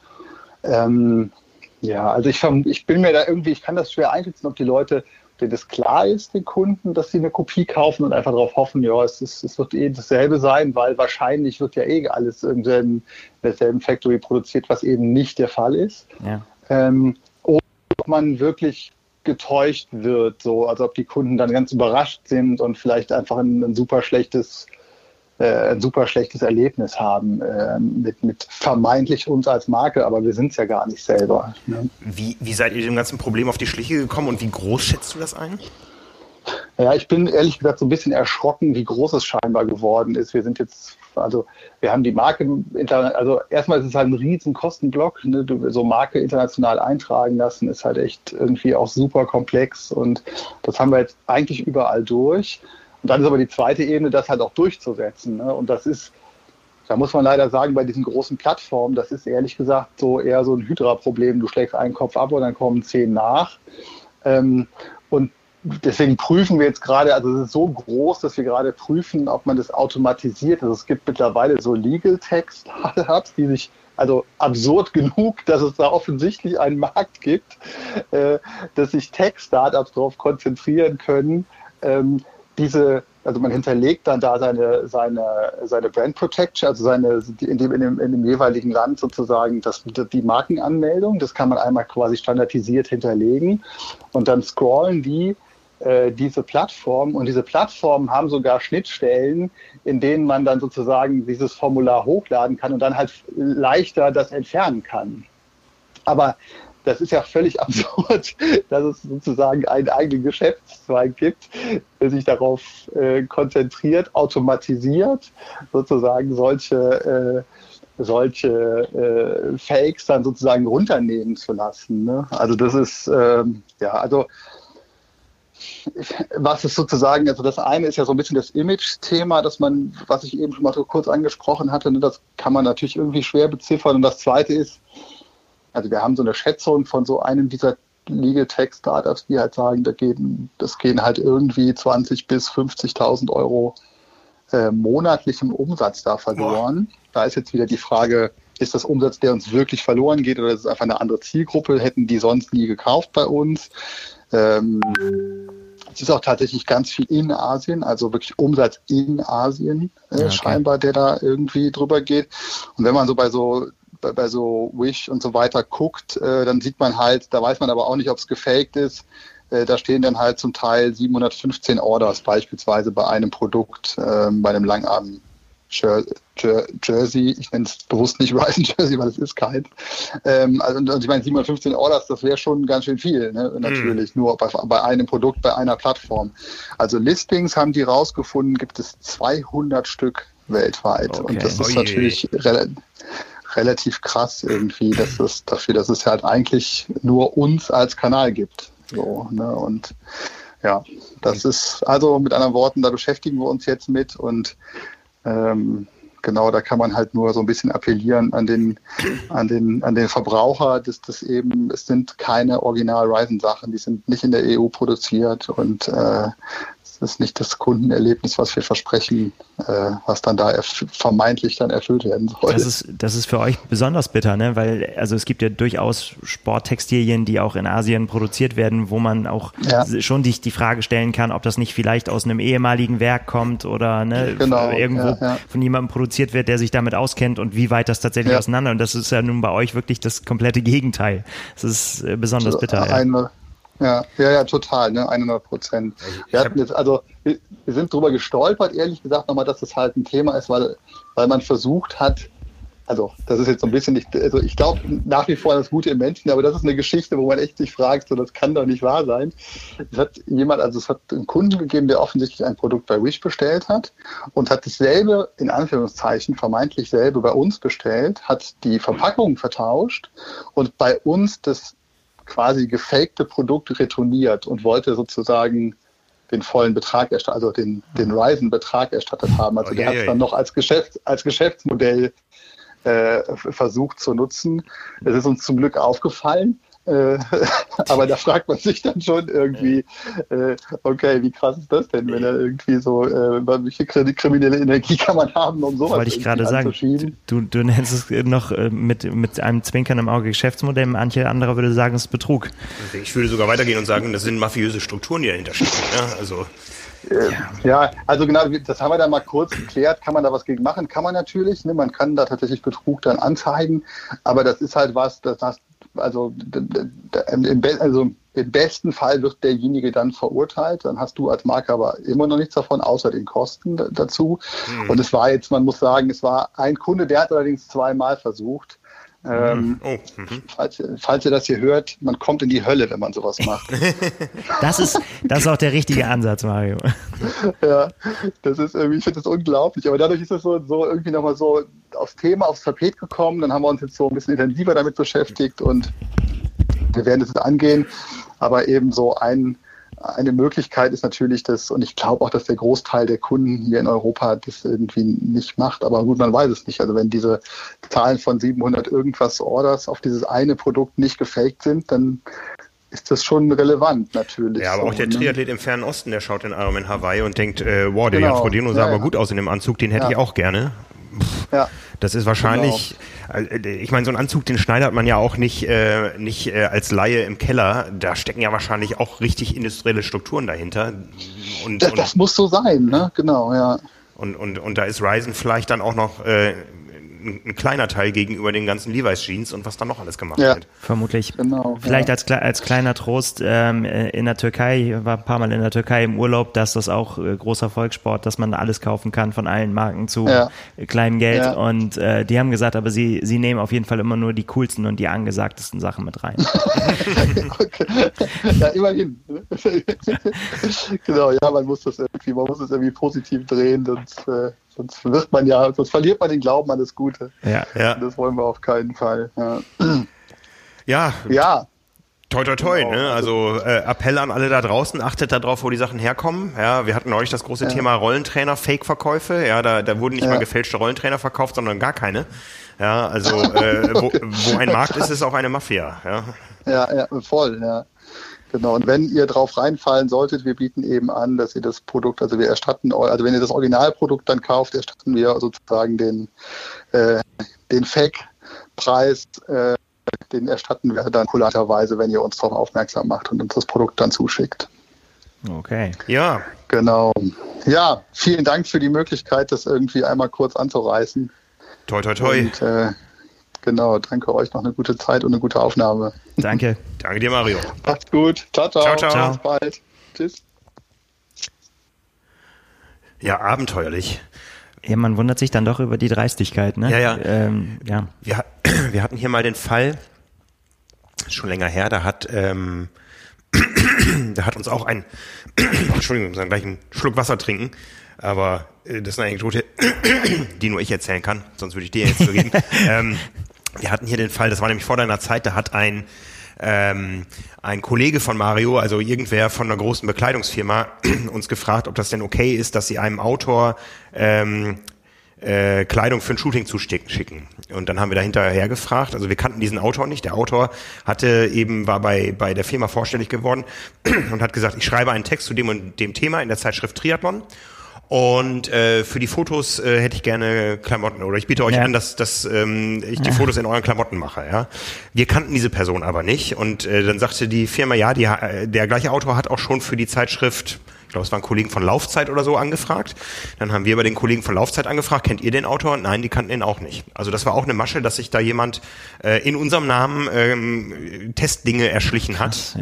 Ja, also ich bin mir da irgendwie, ich kann das schwer einschätzen, ob die Leute, denen das klar ist, den Kunden, dass sie eine Kopie kaufen und einfach darauf hoffen, ja, es wird dasselbe sein, weil wahrscheinlich wird ja alles in derselben Factory produziert, was eben nicht der Fall ist. Ja. Oder ob man wirklich getäuscht wird, so, also ob die Kunden dann ganz überrascht sind und vielleicht einfach ein super schlechtes Erlebnis haben mit vermeintlich uns als Marke, aber wir sind es ja gar nicht selber. Ne? Wie seid ihr dem ganzen Problem auf die Schliche gekommen und wie groß schätzt du das ein? Ja, ich bin ehrlich gesagt so ein bisschen erschrocken, wie groß es scheinbar geworden ist. Wir haben die Marke, also erstmal ist es halt ein riesen Kostenblock, ne? So Marke international eintragen lassen ist halt echt irgendwie auch super komplex und das haben wir jetzt eigentlich überall durch. Und dann ist aber die zweite Ebene, das halt auch durchzusetzen. Ne? Und da muss man leider sagen, bei diesen großen Plattformen, das ist ehrlich gesagt so eher so ein Hydra-Problem. Du schlägst einen Kopf ab und dann kommen 10 nach. Und deswegen prüfen wir jetzt gerade, also es ist so groß, dass wir gerade prüfen, ob man das automatisiert. Also es gibt mittlerweile so Legal-Tech-Startups, die sich, also absurd genug, dass es da offensichtlich einen Markt gibt, dass sich Tech-Startups darauf konzentrieren können, also man hinterlegt dann da seine Brand Protection, also in dem jeweiligen Land sozusagen die Markenanmeldung. Das kann man einmal quasi standardisiert hinterlegen und dann scrollen diese Plattformen und diese Plattformen haben sogar Schnittstellen, in denen man dann sozusagen dieses Formular hochladen kann und dann halt leichter das entfernen kann. Aber das ist ja völlig absurd, dass es sozusagen einen eigenen Geschäftszweig gibt, der sich darauf konzentriert, automatisiert, sozusagen solche Fakes dann sozusagen runternehmen zu lassen. Ne? Also das ist, was ist sozusagen, also das eine ist ja so ein bisschen das Image-Thema, was ich eben schon mal so kurz angesprochen hatte, ne? Das kann man natürlich irgendwie schwer beziffern. Und das zweite ist, also wir haben so eine Schätzung von so einem dieser Legal Tech Startups, die halt sagen, das gehen halt irgendwie 20.000 bis 50.000 Euro monatlichem Umsatz da verloren. Boah. Da ist jetzt wieder die Frage, ist das Umsatz, der uns wirklich verloren geht, oder ist es einfach eine andere Zielgruppe? Hätten die sonst nie gekauft bei uns? Es ist auch tatsächlich ganz viel in Asien, also wirklich Umsatz in Asien scheinbar, der da irgendwie drüber geht. Und wenn man so bei so bei so Wish und so weiter guckt, dann sieht man halt, da weiß man aber auch nicht, ob es gefaked ist. Da stehen dann halt zum Teil 715 Orders beispielsweise bei einem Produkt, bei einem Langarm Jersey, ich nenne es bewusst nicht Ryzen Jersey, weil es ist kein. Also ich meine 715 Orders, das wäre schon ganz schön viel, ne? Natürlich, nur bei einem Produkt, bei einer Plattform. Also Listings haben die rausgefunden, gibt es 200 Stück weltweit. Okay. Und das ist natürlich relativ krass irgendwie, dass es halt eigentlich nur uns als Kanal gibt. So, ne? Und ja, das ist, also mit anderen Worten, da beschäftigen wir uns jetzt mit und genau, da kann man halt nur so ein bisschen appellieren an den Verbraucher, dass das eben, es sind keine Original Ryzen-Sachen, die sind nicht in der EU produziert und es ist nicht das Kundenerlebnis, was wir versprechen, was dann da vermeintlich dann erfüllt werden soll. Das ist für euch besonders bitter, ne? Weil also es gibt ja durchaus Sporttextilien, die auch in Asien produziert werden, wo man auch schon die Frage stellen kann, ob das nicht vielleicht aus einem ehemaligen Werk kommt oder ne, irgendwo von jemandem produziert wird, der sich damit auskennt und wie weit das tatsächlich auseinander. Und das ist ja nun bei euch wirklich das komplette Gegenteil. Das ist besonders bitter. Ja, total, ne, 100%. Wir hatten jetzt, also wir sind drüber gestolpert, ehrlich gesagt, nochmal, dass das halt ein Thema ist, weil man versucht hat, also das ist jetzt so ein bisschen nicht, also ich glaube nach wie vor an das Gute im Menschen, aber das ist eine Geschichte, wo man echt sich fragt, so das kann doch nicht wahr sein. Es hat einen Kunden gegeben, der offensichtlich ein Produkt bei Wish bestellt hat und hat dasselbe, in Anführungszeichen, vermeintlich selbe bei uns bestellt, hat die Verpackung vertauscht und bei uns das quasi gefakte Produkt retourniert und wollte sozusagen den vollen Betrag erstattet, also den Ryzen-Betrag erstattet haben. Also der hat es dann noch als Geschäftsmodell versucht zu nutzen. Es ist uns zum Glück aufgefallen. Aber da fragt man sich dann schon irgendwie, okay, wie krass ist das denn, wenn er irgendwie so, welche kriminelle Energie kann man haben, um sowas wollte ich gerade sagen, du nennst es noch mit einem Zwinkern im Auge Geschäftsmodell, manche andere würde sagen, es ist Betrug. Ich würde sogar weitergehen und sagen, das sind mafiöse Strukturen, die dahinter stecken. Ja, also ja, also genau, das haben wir da mal kurz geklärt. Kann man da was gegen machen? Kann man natürlich. Ne? Man kann da tatsächlich Betrug dann anzeigen. Aber das ist halt was, also im besten Fall wird derjenige dann verurteilt. Dann hast du als Marke aber immer noch nichts davon, außer den Kosten dazu. Und es war jetzt, man muss sagen, es war ein Kunde, der hat allerdings 2-mal versucht. Falls ihr das hier hört, man kommt in die Hölle, wenn man sowas macht. Das ist auch der richtige Ansatz, Mario. Ja, das ist irgendwie, ich finde das unglaublich, aber dadurch ist das so irgendwie nochmal so aufs Tapet gekommen, dann haben wir uns jetzt so ein bisschen intensiver damit beschäftigt und wir werden das jetzt angehen, aber eben so eine Möglichkeit ist natürlich das, und ich glaube auch, dass der Großteil der Kunden hier in Europa das irgendwie nicht macht, aber gut, man weiß es nicht. Also wenn diese Zahlen von 700 irgendwas Orders auf dieses eine Produkt nicht gefaked sind, dann ist das schon relevant natürlich. Ja, aber auch der Triathlet im Fernen Osten, der schaut den Ironman Hawaii und denkt, wow, der Jan Frodeno sah aber gut aus in dem Anzug, den hätte ich auch gerne. Ja. Das ist wahrscheinlich, ich meine, so einen Anzug, den schneidert man ja auch nicht als Laie im Keller. Da stecken ja wahrscheinlich auch richtig industrielle Strukturen dahinter. Das muss so sein, ne? Genau, ja. Und da ist Ryzen vielleicht dann auch noch ein kleiner Teil gegenüber den ganzen Levi's Jeans und was dann noch alles gemacht wird. Vermutlich. Genau, vielleicht als kleiner Trost, in der Türkei, war ein paar Mal in der Türkei im Urlaub, dass das auch großer Volkssport, dass man alles kaufen kann von allen Marken zu kleinem Geld und die haben gesagt, aber sie nehmen auf jeden Fall immer nur die coolsten und die angesagtesten Sachen mit rein. Okay. Ja, immerhin. Genau, ja, man muss es irgendwie positiv drehen, sonst verliert man den Glauben an das Gute. Ja. Das wollen wir auf keinen Fall. Ja. Toi, toi, toi, ne? Also Appell an alle da draußen, achtet darauf, wo die Sachen herkommen. Ja, wir hatten neulich das große Thema Rollentrainer, Fake-Verkäufe. Ja, da wurden nicht mal gefälschte Rollentrainer verkauft, sondern gar keine. Ja, also wo ein Markt ist auch eine Mafia. Ja, voll, ja. Genau, und wenn ihr drauf reinfallen solltet, wir bieten eben an, dass ihr das Produkt, also wir erstatten, also wenn ihr das Originalprodukt dann kauft, erstatten wir sozusagen den Fake-Preis, den erstatten wir dann kulanterweise, wenn ihr uns darauf aufmerksam macht und uns das Produkt dann zuschickt. Okay. Ja. Genau. Ja, vielen Dank für die Möglichkeit, das irgendwie einmal kurz anzureißen. Toi, toi, toi. Und, Genau, danke euch, noch eine gute Zeit und eine gute Aufnahme. Danke. Danke dir, Mario. Macht's gut. Ciao, ciao. Ciao, ciao. Bis bald. Tschüss. Ja, abenteuerlich. Ja, man wundert sich dann doch über die Dreistigkeit, ne? Ja. Ja. Wir hatten hier mal den Fall, schon länger her, da hat uns auch Entschuldigung, wir müssen gleich einen Schluck Wasser trinken, aber das ist eine Anekdote, die nur ich erzählen kann, sonst würde ich dir jetzt übergeben. Wir hatten hier den Fall, das war nämlich vor deiner Zeit, da hat ein Kollege von Mario, also irgendwer von einer großen Bekleidungsfirma, uns gefragt, ob das denn okay ist, dass sie einem Autor Kleidung für ein Shooting zuschicken. Und dann haben wir da hinterher gefragt, also wir kannten diesen Autor nicht. Der Autor war bei der Firma vorstellig geworden und hat gesagt, ich schreibe einen Text zu dem und dem Thema in der Zeitschrift Triathlon. Und für die Fotos hätte ich gerne Klamotten, oder ich biete euch an, dass ich die Fotos in euren Klamotten mache. Ja, wir kannten diese Person aber nicht. Und dann sagte die Firma, ja, der gleiche Autor hat auch schon für die Zeitschrift, ich glaube, es waren Kollegen von Laufzeit oder so, angefragt. Dann haben wir bei den Kollegen von Laufzeit angefragt, kennt ihr den Autor? Nein, die kannten ihn auch nicht. Also das war auch eine Masche, dass sich da jemand in unserem Namen Testdinge erschlichen hat. Krass,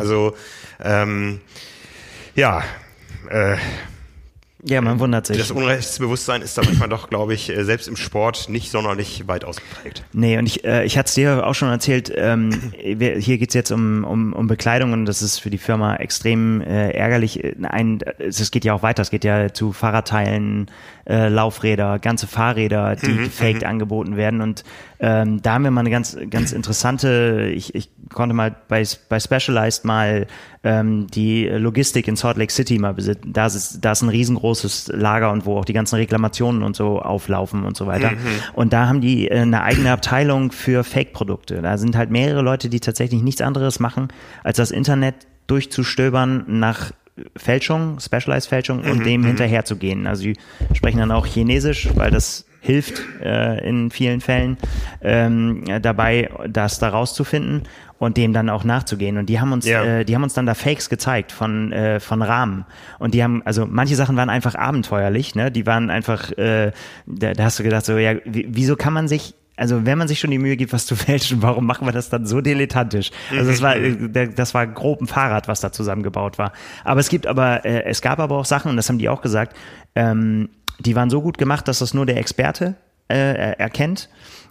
ja, man wundert sich. Das Unrechtsbewusstsein ist da manchmal doch, glaube ich, selbst im Sport nicht sonderlich weit ausgeprägt. Nee, und ich hatte es dir auch schon erzählt, hier geht's jetzt um Bekleidung und das ist für die Firma extrem ärgerlich. Es geht ja auch weiter, es geht ja zu Fahrradteilen, Laufräder, ganze Fahrräder, die gefaked angeboten werden und da haben wir mal eine ganz interessante, ich konnte mal bei Specialized mal die Logistik in Salt Lake City mal besitzen. Da ist ein riesengroßes Lager und wo auch die ganzen Reklamationen und so auflaufen und so weiter. Und da haben die eine eigene Abteilung für Fake-Produkte. Da sind halt mehrere Leute, die tatsächlich nichts anderes machen, als das Internet durchzustöbern nach Fälschung, Specialized-Fälschung und dem hinterher zu gehen. Also die sprechen dann auch Chinesisch, weil das hilft in vielen Fällen dabei, das da rauszufinden und dem dann auch nachzugehen. Und die haben uns dann da Fakes gezeigt von Rahmen. Und die haben, also manche Sachen waren einfach abenteuerlich, ne? Die waren einfach, da hast du gedacht so, ja, wieso kann man sich, also wenn man sich schon die Mühe gibt, was zu fälschen, warum machen wir das dann so dilettantisch? Also das war grob ein Fahrrad, was da zusammengebaut war. Aber es gab aber auch Sachen, und das haben die auch gesagt, die waren so gut gemacht, dass das nur der Experte erkennt.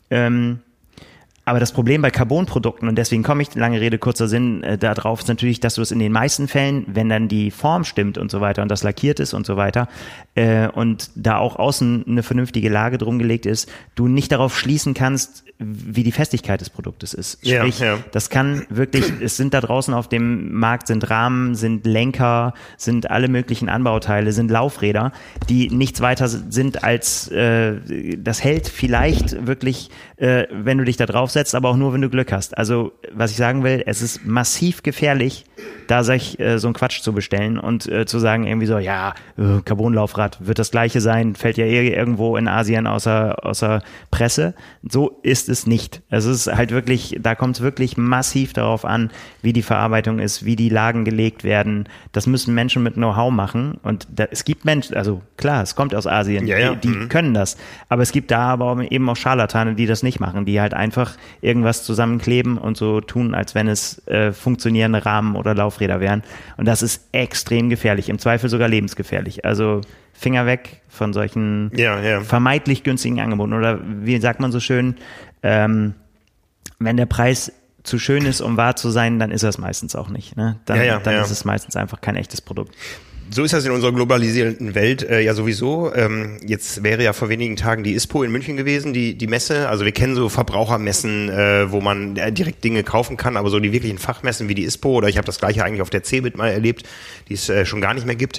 Aber das Problem bei Carbon-Produkten, und deswegen komme ich, lange Rede, kurzer Sinn, darauf, ist natürlich, dass du es in den meisten Fällen, wenn dann die Form stimmt und so weiter und das lackiert ist und so weiter und da auch außen eine vernünftige Lage drum gelegt ist, du nicht darauf schließen kannst, wie die Festigkeit des Produktes ist. Sprich, das kann wirklich, es sind da draußen auf dem Markt, sind Rahmen, sind Lenker, sind alle möglichen Anbauteile, sind Laufräder, die nichts weiter sind als, das hält vielleicht wirklich, wenn du dich da drauf setzt, aber auch nur, wenn du Glück hast. Also, was ich sagen will, es ist massiv gefährlich, da sich so einen Quatsch zu bestellen und zu sagen irgendwie so, ja, Carbonlaufrad wird das Gleiche sein, fällt ja irgendwo in Asien außer Presse. So ist es nicht. Es ist halt wirklich, da kommt es wirklich massiv darauf an, wie die Verarbeitung ist, wie die Lagen gelegt werden. Das müssen Menschen mit Know-how machen und es gibt Menschen, also klar, es kommt aus Asien, die können das, aber es gibt da aber eben auch Scharlatane, die das nicht machen, die halt einfach irgendwas zusammenkleben und so tun, als wenn es funktionierende Rahmen oder Laufräder wären. Und das ist extrem gefährlich, im Zweifel sogar lebensgefährlich. Also Finger weg von solchen vermeintlich günstigen Angeboten. Oder wie sagt man so schön, wenn der Preis zu schön ist, um wahr zu sein, dann ist er es meistens auch nicht. Ne? Dann ist es meistens einfach kein echtes Produkt. So ist das in unserer globalisierten Welt ja sowieso. Jetzt wäre ja vor wenigen Tagen die ISPO in München gewesen, die Messe. Also wir kennen so Verbrauchermessen, wo man direkt Dinge kaufen kann, aber so die wirklichen Fachmessen wie die ISPO, oder ich habe das gleiche eigentlich auf der CeBIT mal erlebt, die es schon gar nicht mehr gibt.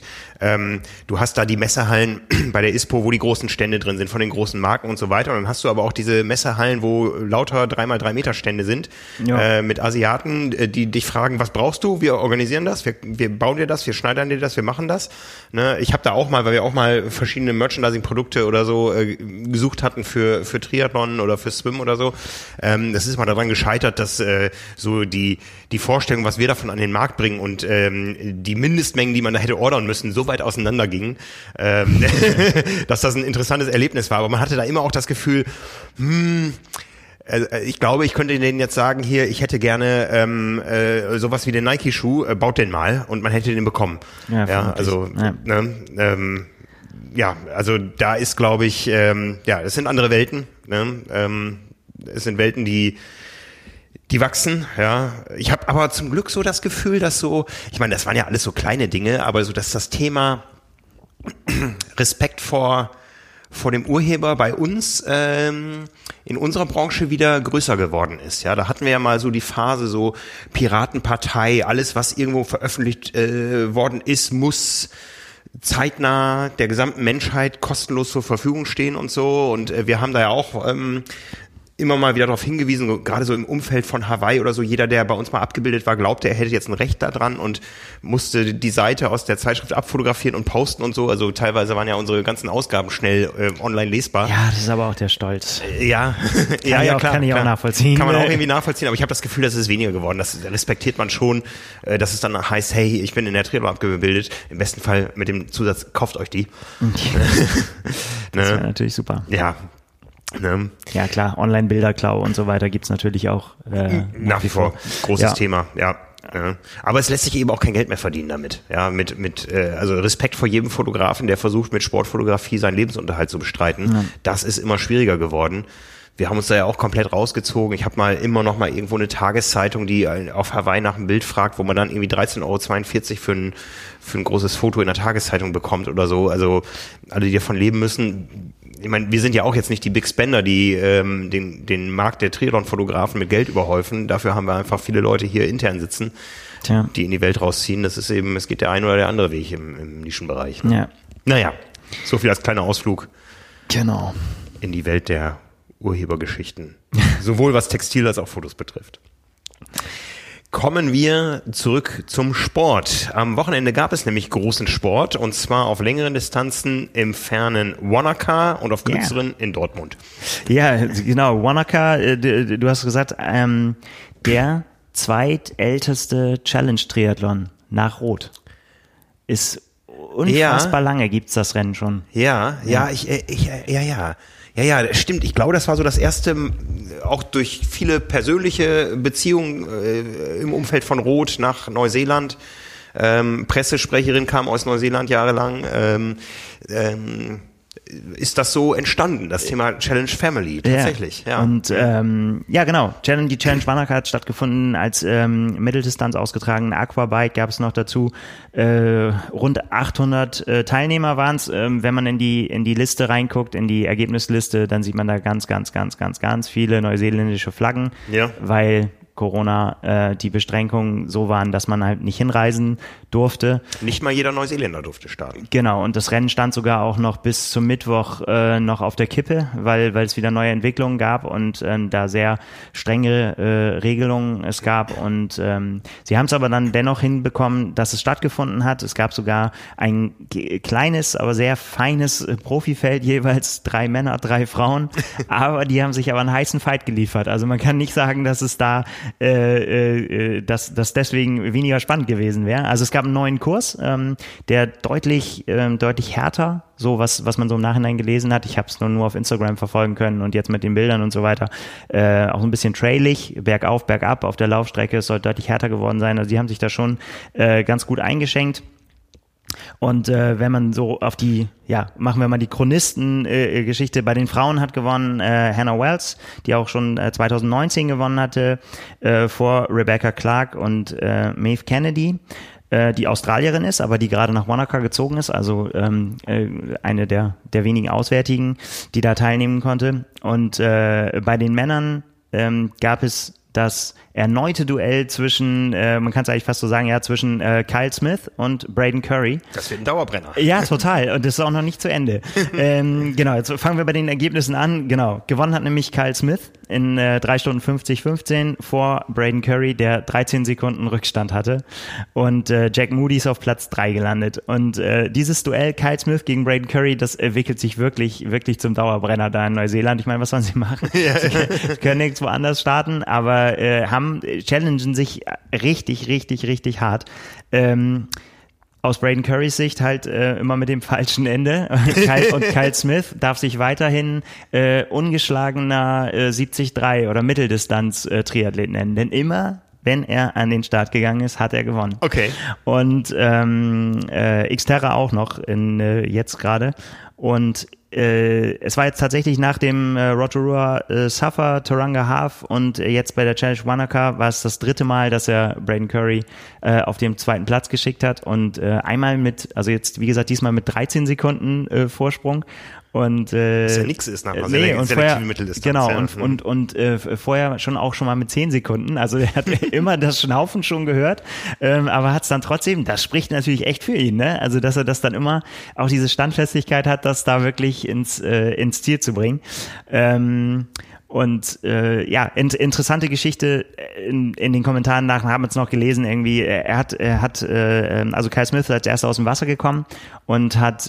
Du hast da die Messehallen bei der ISPO, wo die großen Stände drin sind von den großen Marken und so weiter. Und dann hast du aber auch diese Messehallen, wo lauter 3x3 Meter Stände sind, mit Asiaten, die dich fragen, was brauchst du? Wir organisieren das, wir bauen dir das, wir schneidern dir das, wir machen das. Ne? Ich habe da auch mal, weil wir auch mal verschiedene Merchandising-Produkte oder so gesucht hatten für Triathlon oder für Swim oder so. Das ist mal daran gescheitert, dass so die Vorstellung, was wir davon an den Markt bringen und die Mindestmengen, die man da hätte ordern müssen, so weit auseinander gingen, dass das ein interessantes Erlebnis war. Aber man hatte da immer auch das Gefühl, Ich glaube, ich könnte denen jetzt sagen, hier, ich hätte gerne sowas wie den Nike-Schuh, baut den mal und man hätte den bekommen. Ja, also also da ist, glaube ich, es sind andere Welten. Ne? Es sind Welten, die wachsen, ja. Ich habe aber zum Glück so das Gefühl, dass so, ich meine, das waren ja alles so kleine Dinge, aber so, dass das Thema Respekt vor dem Urheber bei uns in unserer Branche wieder größer geworden ist. Ja, da hatten wir ja mal so die Phase so Piratenpartei, alles was irgendwo veröffentlicht worden ist, muss zeitnah der gesamten Menschheit kostenlos zur Verfügung stehen und so. Und wir haben da ja auch immer mal wieder darauf hingewiesen, gerade so im Umfeld von Hawaii oder so, jeder, der bei uns mal abgebildet war, glaubte, er hätte jetzt ein Recht daran und musste die Seite aus der Zeitschrift abfotografieren und posten und so. Also teilweise waren ja unsere ganzen Ausgaben schnell online lesbar. Ja, das ist aber auch der Stolz. Ja, klar. Kann ich auch nachvollziehen. Kann man auch irgendwie nachvollziehen, aber ich habe das Gefühl, das ist weniger geworden. Das respektiert man schon, dass es dann heißt, hey, ich bin in der Triathlon abgebildet. Im besten Fall mit dem Zusatz, kauft euch die. Das wäre natürlich super. Ja. Ne? Ja klar, Online-Bilderklau und so weiter gibt's natürlich auch. Nach wie vor. Großes Thema, ja. Aber es lässt sich eben auch kein Geld mehr verdienen damit. Ja, also Respekt vor jedem Fotografen, der versucht, mit Sportfotografie seinen Lebensunterhalt zu bestreiten. Ja. Das ist immer schwieriger geworden. Wir haben uns da ja auch komplett rausgezogen. Ich habe immer noch mal irgendwo eine Tageszeitung, die auf Hawaii nach einem Bild fragt, wo man dann irgendwie 13,42 € für ein großes Foto in der Tageszeitung bekommt oder so. Also alle, die davon leben müssen. Ich meine, wir sind ja auch jetzt nicht die Big Spender, die den Markt der Triathlon-Fotografen mit Geld überhäufen. Dafür haben wir einfach viele Leute hier intern sitzen, die in die Welt rausziehen. Das ist eben, es geht der eine oder der andere Weg im Nischenbereich. Ne? Ja. Naja, so viel als kleiner Ausflug. Genau. In die Welt der Urhebergeschichten. Sowohl was Textil als auch Fotos betrifft. Kommen wir zurück zum Sport. Am Wochenende gab es nämlich großen Sport und zwar auf längeren Distanzen im fernen Wanaka und auf kürzeren in Dortmund. Ja, genau. Wanaka, du hast gesagt, der zweitälteste Challenge-Triathlon nach Rot. Ist unfassbar lange gibt's das Rennen schon. Ja, stimmt. Ich glaube, das war so das erste, auch durch viele persönliche Beziehungen im Umfeld von Rot nach Neuseeland. Pressesprecherin kam aus Neuseeland jahrelang. Ist das so entstanden, das Thema Challenge Family, tatsächlich. Ja. Und genau, die Challenge Wanaka hat stattgefunden, als Mitteldistanz ausgetragen, Aquabike gab es noch dazu, rund 800 Teilnehmer waren es. Wenn man in die Liste reinguckt, in die Ergebnisliste, dann sieht man da ganz viele neuseeländische Flaggen, weil Corona die Beschränkungen so waren, dass man halt nicht hinreisen durfte. Nicht mal jeder Neuseeländer durfte starten. Genau, und das Rennen stand sogar auch noch bis zum Mittwoch noch auf der Kippe, weil es wieder neue Entwicklungen gab und da sehr strenge Regelungen es gab. Und sie haben es aber dann dennoch hinbekommen, dass es stattgefunden hat. Es gab sogar ein kleines, aber sehr feines Profifeld, jeweils 3 Männer, 3 Frauen. Aber die haben sich aber einen heißen Fight geliefert. Also man kann nicht sagen, dass es da dass deswegen weniger spannend gewesen wäre. Also es gab einen neuen Kurs, der deutlich härter, so was man so im Nachhinein gelesen hat. Ich habe es nur auf Instagram verfolgen können und jetzt mit den Bildern und so weiter auch so ein bisschen trailig, bergauf, bergab auf der Laufstrecke. Es soll deutlich härter geworden sein. Also die haben sich da schon ganz gut eingeschenkt. Und wenn man so auf machen wir mal die Chronistengeschichte. Bei den Frauen hat gewonnen Hannah Wells, die auch schon 2019 gewonnen hatte, vor Rebecca Clark und Maeve Kennedy, die Australierin ist, aber die gerade nach Wanaka gezogen ist, also eine der wenigen Auswärtigen, die da teilnehmen konnte. Und bei den Männern gab es das erneute Duell zwischen, man kann es eigentlich fast so sagen, zwischen Kyle Smith und Braden Curry. Das wird ein Dauerbrenner. Ja, total. Und das ist auch noch nicht zu Ende. Genau, jetzt fangen wir bei den Ergebnissen an. Genau, gewonnen hat nämlich Kyle Smith in 3 Stunden 50:15 vor Braden Curry, der 13 Sekunden Rückstand hatte. Und Jack Moody ist auf Platz 3 gelandet. Und dieses Duell Kyle Smith gegen Braden Curry, das entwickelt sich wirklich zum Dauerbrenner da in Neuseeland. Ich meine, was sollen sie machen? Sie können nirgendwo anders starten, aber challengen sich richtig hart. aus Braden Currys Sicht halt immer mit dem falschen Ende. Und Kyle Smith darf sich weiterhin ungeschlagener 73 oder Mitteldistanz-Triathlet nennen. Denn immer, wenn er an den Start gegangen ist, hat er gewonnen. Okay. Und Xterra auch noch jetzt gerade. Und es war jetzt tatsächlich nach dem Rotorua Suffer, Tauranga Half und jetzt bei der Challenge Wanaka war es das 3. Mal, dass er Braden Curry auf dem 2. Platz geschickt hat und einmal also jetzt wie gesagt diesmal mit 13 Sekunden Vorsprung. Und was ja nichts ist nach einer selektiven Mitteldistanz. Genau, ja. und vorher schon mal mit 10 Sekunden. Also er hat immer das Schnaufen schon gehört, aber hat es dann trotzdem, das spricht natürlich echt für ihn, ne? Also dass er das dann immer auch diese Standfestigkeit hat, das da wirklich ins Ziel zu bringen. Interessante Geschichte in den Kommentaren nach, haben wir es noch gelesen, irgendwie, also Kyle Smith ist als erster aus dem Wasser gekommen und hat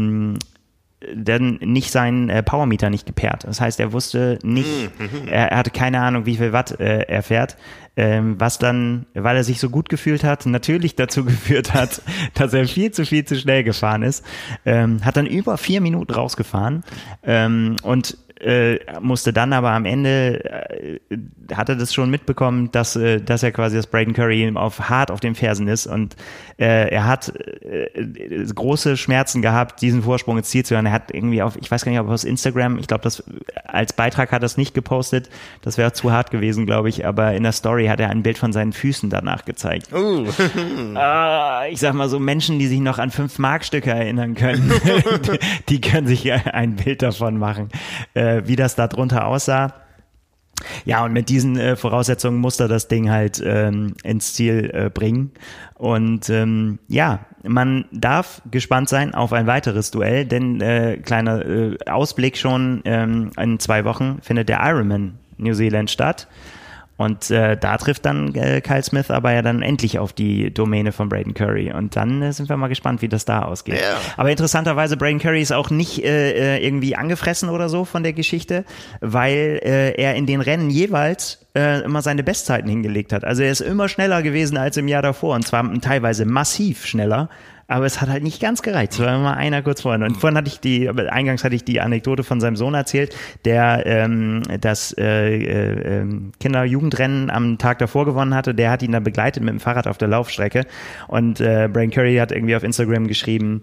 dann nicht seinen Powermeter nicht gepaart. Das heißt, er wusste nicht, er hatte keine Ahnung, wie viel Watt er fährt, was dann, weil er sich so gut gefühlt hat, natürlich dazu geführt hat, dass er viel zu schnell gefahren ist. Hat dann über 4 Minuten rausgefahren und musste dann aber am Ende, hat er das schon mitbekommen, dass er quasi das Braden Curry hart auf den Fersen ist und er hat große Schmerzen gehabt, diesen Vorsprung ins Ziel zu hören. Er hat irgendwie ich weiß gar nicht, ob aus Instagram, ich glaube, das als Beitrag hat er es nicht gepostet, das wäre zu hart gewesen, glaube ich, aber in der Story hat er ein Bild von seinen Füßen danach gezeigt. Ich sag mal so, Menschen, die sich noch an 5-Mark-Stücke erinnern können, die können sich ein Bild davon machen, wie das da drunter aussah. Ja, und mit diesen Voraussetzungen musste er das Ding halt ins Ziel bringen. Und man darf gespannt sein auf ein weiteres Duell, denn kleiner Ausblick schon, in 2 Wochen findet der Ironman New Zealand statt. Und da trifft dann Kyle Smith aber ja dann endlich auf die Domäne von Braden Curry. Und dann sind wir mal gespannt, wie das da ausgeht. Yeah. Aber interessanterweise, Braden Curry ist auch nicht irgendwie angefressen oder so von der Geschichte, weil er in den Rennen jeweils immer seine Bestzeiten hingelegt hat. Also er ist immer schneller gewesen als im Jahr davor. Und zwar teilweise massiv schneller. Aber es hat halt nicht ganz gereicht. Es war immer einer kurz vorhin. Und vorhin eingangs hatte ich die Anekdote von seinem Sohn erzählt, der das Kinder-Jugendrennen am Tag davor gewonnen hatte. Der hat ihn dann begleitet mit dem Fahrrad auf der Laufstrecke. Und Braden Curry hat irgendwie auf Instagram geschrieben,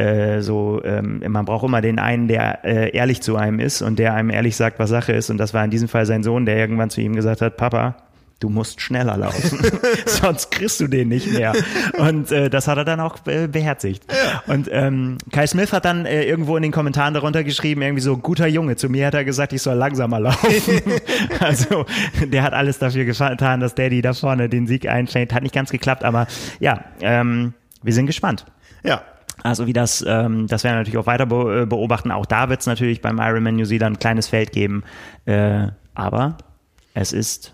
man braucht immer den einen, der ehrlich zu einem ist und der einem ehrlich sagt, was Sache ist. Und das war in diesem Fall sein Sohn, der irgendwann zu ihm gesagt hat, Papa, du musst schneller laufen, sonst kriegst du den nicht mehr. Und das hat er dann auch beherzigt. Ja. Und Kyle Smith hat dann irgendwo in den Kommentaren darunter geschrieben, irgendwie so, guter Junge, zu mir hat er gesagt, ich soll langsamer laufen. Also der hat alles dafür getan, dass Daddy da vorne den Sieg einfängt. Hat nicht ganz geklappt, aber ja, wir sind gespannt. Ja. Also wie das werden wir natürlich auch weiter beobachten. Auch da wird es natürlich beim Ironman New Zealand ein kleines Feld geben. Aber es ist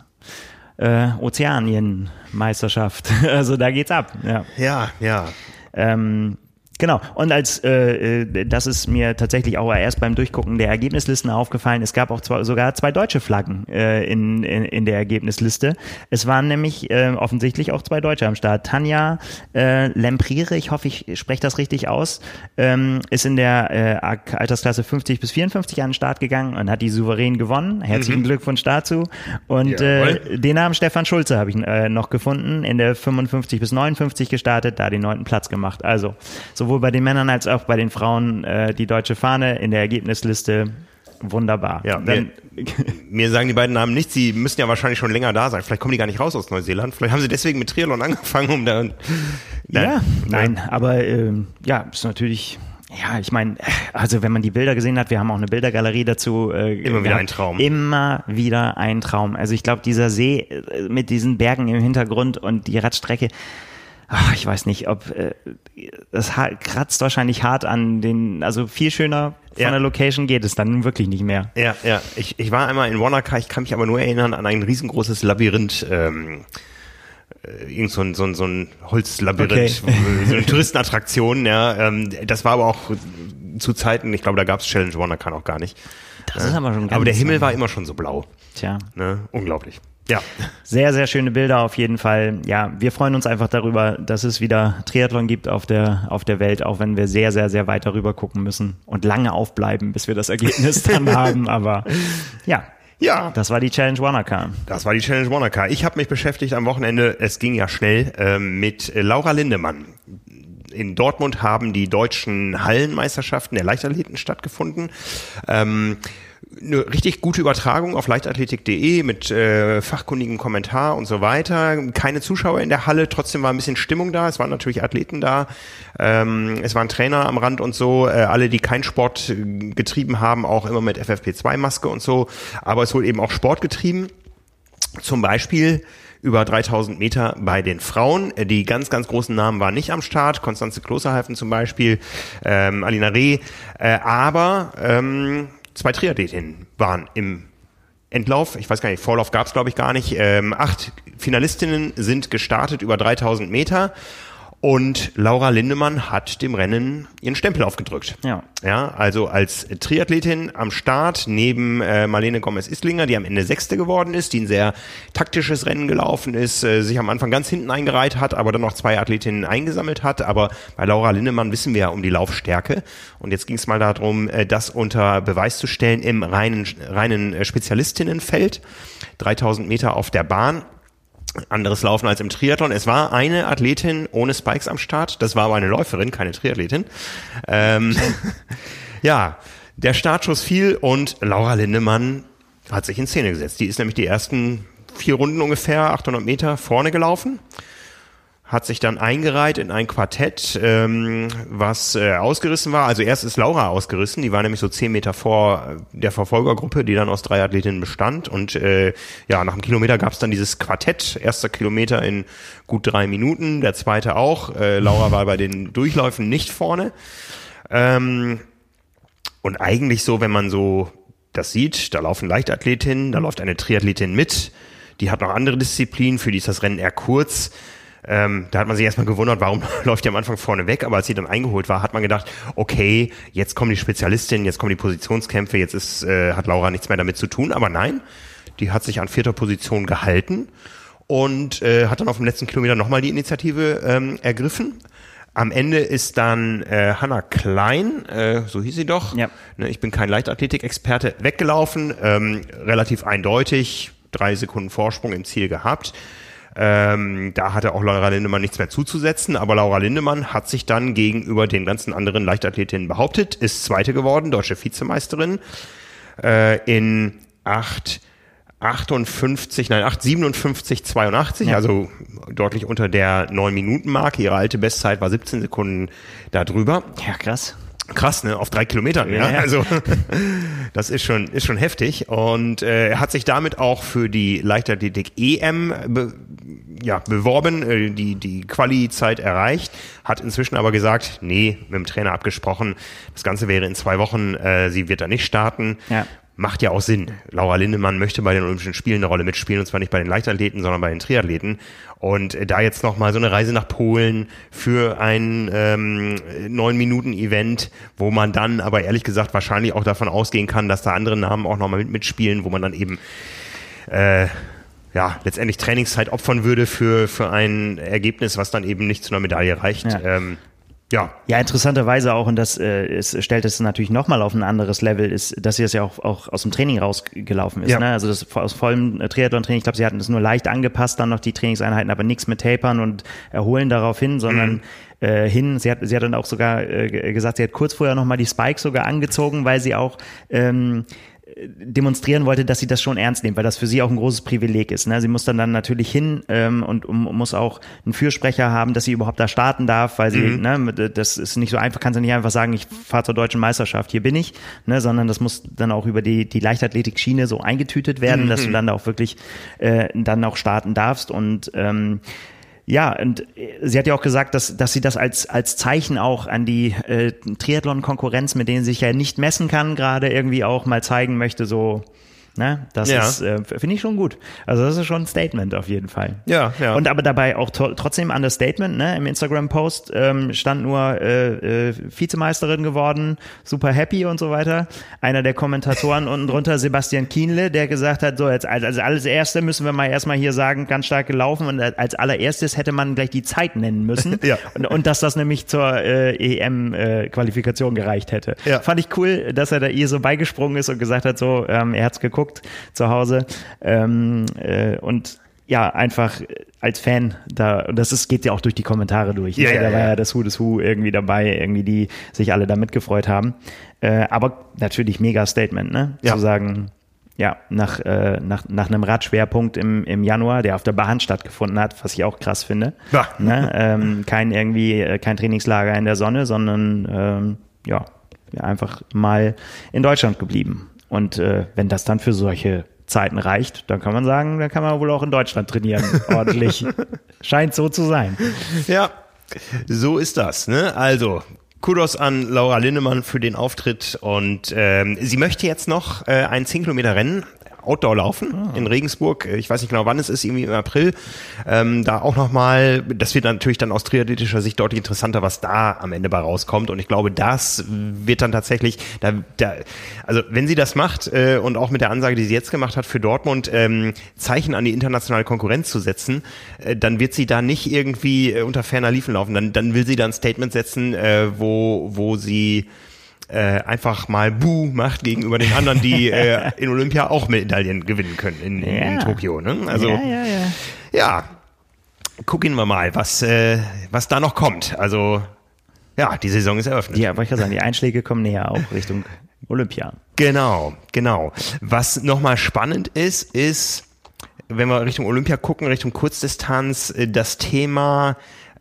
Ozeanien-Meisterschaft. Also da geht's ab. Ja. Genau. Und das ist mir tatsächlich auch erst beim Durchgucken der Ergebnislisten aufgefallen. Es gab auch sogar 2 deutsche Flaggen in der Ergebnisliste. Es waren nämlich offensichtlich auch 2 Deutsche am Start. Tanja Lemprire, ich hoffe, ich spreche das richtig aus, ist in der Altersklasse 50 bis 54 an den Start gegangen und hat die souverän gewonnen. Herzlichen Glückwunsch dazu. Und den Namen Stefan Schulze habe ich noch gefunden, in der 55 bis 59 gestartet, da den 9. Platz gemacht. Also sowohl bei den Männern als auch bei den Frauen die deutsche Fahne in der Ergebnisliste. Wunderbar. Ja, mir sagen die beiden Namen nichts. Sie müssen ja wahrscheinlich schon länger da sein. Vielleicht kommen die gar nicht raus aus Neuseeland. Vielleicht haben sie deswegen mit Triathlon angefangen, Nein, aber ist natürlich... Ja, ich meine, also wenn man die Bilder gesehen hat, wir haben auch eine Bildergalerie dazu. Immer wieder ein Traum. Immer wieder ein Traum. Also ich glaube, dieser See mit diesen Bergen im Hintergrund und die Radstrecke, ich weiß nicht, ob das kratzt wahrscheinlich hart an also viel schöner von der Location geht es dann wirklich nicht mehr. Ja. Ich war einmal in Wanaka, ich kann mich aber nur erinnern an ein riesengroßes Labyrinth, irgend so ein Holzlabyrinth, so eine Touristenattraktion, ja. Das war aber auch zu Zeiten, ich glaube, da gab es Challenge Wanaka noch gar nicht. Das ist aber schon ganz aber der Himmel war immer schon so blau. Tja. Ne? Unglaublich. Ja. Sehr, sehr schöne Bilder auf jeden Fall. Ja, wir freuen uns einfach darüber, dass es wieder Triathlon gibt auf der Welt, auch wenn wir sehr, sehr, sehr weit darüber gucken müssen und lange aufbleiben, bis wir das Ergebnis dann haben. Aber ja, das war die Challenge Wanaka. Das war die Challenge Wanaka. Ich habe mich beschäftigt am Wochenende, es ging ja schnell, mit Laura Lindemann. In Dortmund haben die deutschen Hallenmeisterschaften der Leichtathleten stattgefunden. Eine richtig gute Übertragung auf leichtathletik.de mit fachkundigem Kommentar und so weiter. Keine Zuschauer in der Halle, trotzdem war ein bisschen Stimmung da. Es waren natürlich Athleten da. Es waren Trainer am Rand und so. Alle, die keinen Sport getrieben haben, auch immer mit FFP2-Maske und so. Aber es wurde eben auch Sport getrieben. Zum Beispiel über 3000 Meter bei den Frauen. Die ganz, ganz großen Namen waren nicht am Start. Konstanze Klosterhalfen zum Beispiel, Alina Reh. Aber 2 Triathletinnen waren im Endlauf. Ich weiß gar nicht, Vorlauf gab es glaube ich gar nicht. 8 Finalistinnen sind gestartet über 3000 Meter. Und Laura Lindemann hat dem Rennen ihren Stempel aufgedrückt. Ja, also als Triathletin am Start neben Marlene Gomez-Islinger, die am Ende 6. geworden ist, die ein sehr taktisches Rennen gelaufen ist, sich am Anfang ganz hinten eingereiht hat, aber dann noch 2 Athletinnen eingesammelt hat. Aber bei Laura Lindemann wissen wir ja um die Laufstärke. Und jetzt ging es mal darum, das unter Beweis zu stellen im reinen Spezialistinnenfeld. 3000 Meter auf der Bahn. Anderes Laufen als im Triathlon. Es war eine Athletin ohne Spikes am Start. Das war aber eine Läuferin, keine Triathletin. Ja, der Startschuss fiel und Laura Lindemann hat sich in Szene gesetzt. Die ist nämlich die ersten 4 Runden ungefähr, 800 Meter vorne gelaufen. Hat sich dann eingereiht in ein Quartett, was ausgerissen war. Also erst ist Laura ausgerissen, die war nämlich so 10 Meter vor der Verfolgergruppe, die dann aus 3 Athletinnen bestand. Und nach einem Kilometer gab es dann dieses Quartett. Erster Kilometer in gut 3 Minuten, der zweite auch. Laura war bei den Durchläufen nicht vorne. Und eigentlich so, wenn man so das sieht, da laufen Leichtathletinnen, da läuft eine Triathletin mit, die hat noch andere Disziplinen, für die ist das Rennen eher kurz. Da hat man sich erstmal gewundert, warum läuft die am Anfang vorne weg, aber als sie dann eingeholt war, hat man gedacht, okay, jetzt kommen die Spezialistinnen, jetzt kommen die Positionskämpfe, jetzt hat Laura nichts mehr damit zu tun, aber nein, die hat sich an 4. Position gehalten und hat dann auf dem letzten Kilometer nochmal die Initiative ergriffen. Am Ende ist dann Hannah Klein, so hieß sie doch, ja. Ich bin kein Leichtathletik-Experte, weggelaufen, relativ eindeutig, 3 Sekunden Vorsprung im Ziel gehabt. Da hatte auch Laura Lindemann nichts mehr zuzusetzen, aber Laura Lindemann hat sich dann gegenüber den ganzen anderen Leichtathletinnen behauptet, ist Zweite geworden, deutsche Vizemeisterin, in 8:57,82, ja. Also deutlich unter der 9-Minuten-Marke. Ihre alte Bestzeit war 17 Sekunden da drüber. Ja, krass. Krass, ne? Auf 3 Kilometern, ja. Also das ist schon heftig. Und er hat sich damit auch für die Leichtathletik EM beworben, die Quali-Zeit erreicht, hat inzwischen aber gesagt, nee, mit dem Trainer abgesprochen, das Ganze wäre in 2 Wochen, sie wird da nicht starten. Ja. Macht ja auch Sinn. Laura Lindemann möchte bei den Olympischen Spielen eine Rolle mitspielen, und zwar nicht bei den Leichtathleten, sondern bei den Triathleten. Und da jetzt nochmal so eine Reise nach Polen für ein 9-Minuten-Event, wo man dann aber ehrlich gesagt wahrscheinlich auch davon ausgehen kann, dass da andere Namen auch nochmal mitspielen, wo man dann eben letztendlich Trainingszeit opfern würde für ein Ergebnis, was dann eben nicht zu einer Medaille reicht. Ja. Ja, interessanterweise auch, und das stellt es natürlich nochmal auf ein anderes Level, ist, dass sie das ja auch aus dem Training rausgelaufen ist. Ja. Ne? Also das aus vollem Triathlon-Training, ich glaube, sie hatten das nur leicht angepasst, dann noch die Trainingseinheiten, aber nichts mit Tapern und Erholen darauf hin, sondern sie hat dann auch sogar gesagt, sie hat kurz vorher nochmal die Spikes sogar angezogen, weil sie auch demonstrieren wollte, dass sie das schon ernst nimmt, weil das für sie auch ein großes Privileg ist. Ne? Sie muss dann natürlich hin und muss auch einen Fürsprecher haben, dass sie überhaupt da starten darf, weil sie, das ist nicht so einfach, kann sie nicht einfach sagen, ich fahre zur deutschen Meisterschaft, hier bin ich, sondern das muss dann auch über die Leichtathletik-Schiene so eingetütet werden, dass du dann da auch wirklich dann auch starten darfst. Und ja, und sie hat ja auch gesagt, dass sie das als Zeichen auch an die Triathlon-Konkurrenz, mit denen sie sich ja nicht messen kann, gerade irgendwie auch mal zeigen möchte, so, Ne? Das ist, finde ich schon gut. Also das ist schon ein Statement auf jeden Fall. Ja. Und aber dabei auch trotzdem Understatement, ne? Im Instagram-Post stand nur Vizemeisterin geworden, super happy und so weiter. Einer der Kommentatoren unten drunter, Sebastian Kienle, der gesagt hat, so jetzt als allererste müssen wir mal erstmal hier sagen, ganz stark gelaufen und als allererstes hätte man gleich die Zeit nennen müssen. Ja. Und dass das nämlich zur EM-Qualifikation gereicht hätte. Ja. Fand ich cool, dass er da ihr so beigesprungen ist und gesagt hat, so, er hat's geguckt zu Hause und ja, einfach als Fan da, und geht ja auch durch die Kommentare durch. Da war ja das Who irgendwie dabei, irgendwie die sich alle da mitgefreut haben. Aber natürlich mega Statement, ne? Ja. Zu sagen, ja, nach einem Radschwerpunkt im Januar, der auf der Bahn stattgefunden hat, was ich auch krass finde. Ja. Ne? Kein Trainingslager in der Sonne, sondern einfach mal in Deutschland geblieben. Und wenn das dann für solche Zeiten reicht, dann kann man sagen, dann kann man wohl auch in Deutschland trainieren, ordentlich. Scheint so zu sein. Ja, so ist das, ne? Also, Kudos an Laura Lindemann für den Auftritt und sie möchte jetzt noch ein 10 Kilometer Rennen Outdoor laufen in Regensburg. Ich weiß nicht genau, wann es ist, irgendwie im April. Da auch nochmal, das wird natürlich dann aus triathletischer Sicht deutlich interessanter, was da am Ende bei rauskommt. Und ich glaube, das wird dann tatsächlich, also wenn sie das macht und auch mit der Ansage, die sie jetzt gemacht hat für Dortmund, Zeichen an die internationale Konkurrenz zu setzen, dann wird sie da nicht irgendwie unter ferner Liefen laufen. Dann will sie da ein Statement setzen, wo sie einfach mal Buh macht gegenüber den anderen, die in Olympia auch Medaillen gewinnen können in Tokio. Ne? Also ja, gucken wir mal, was da noch kommt. Also ja, die Saison ist eröffnet. Ja, wollte ich ja sagen, die Einschläge kommen näher auch Richtung Olympia. Genau. Was nochmal spannend ist, wenn wir Richtung Olympia gucken, Richtung Kurzdistanz, das Thema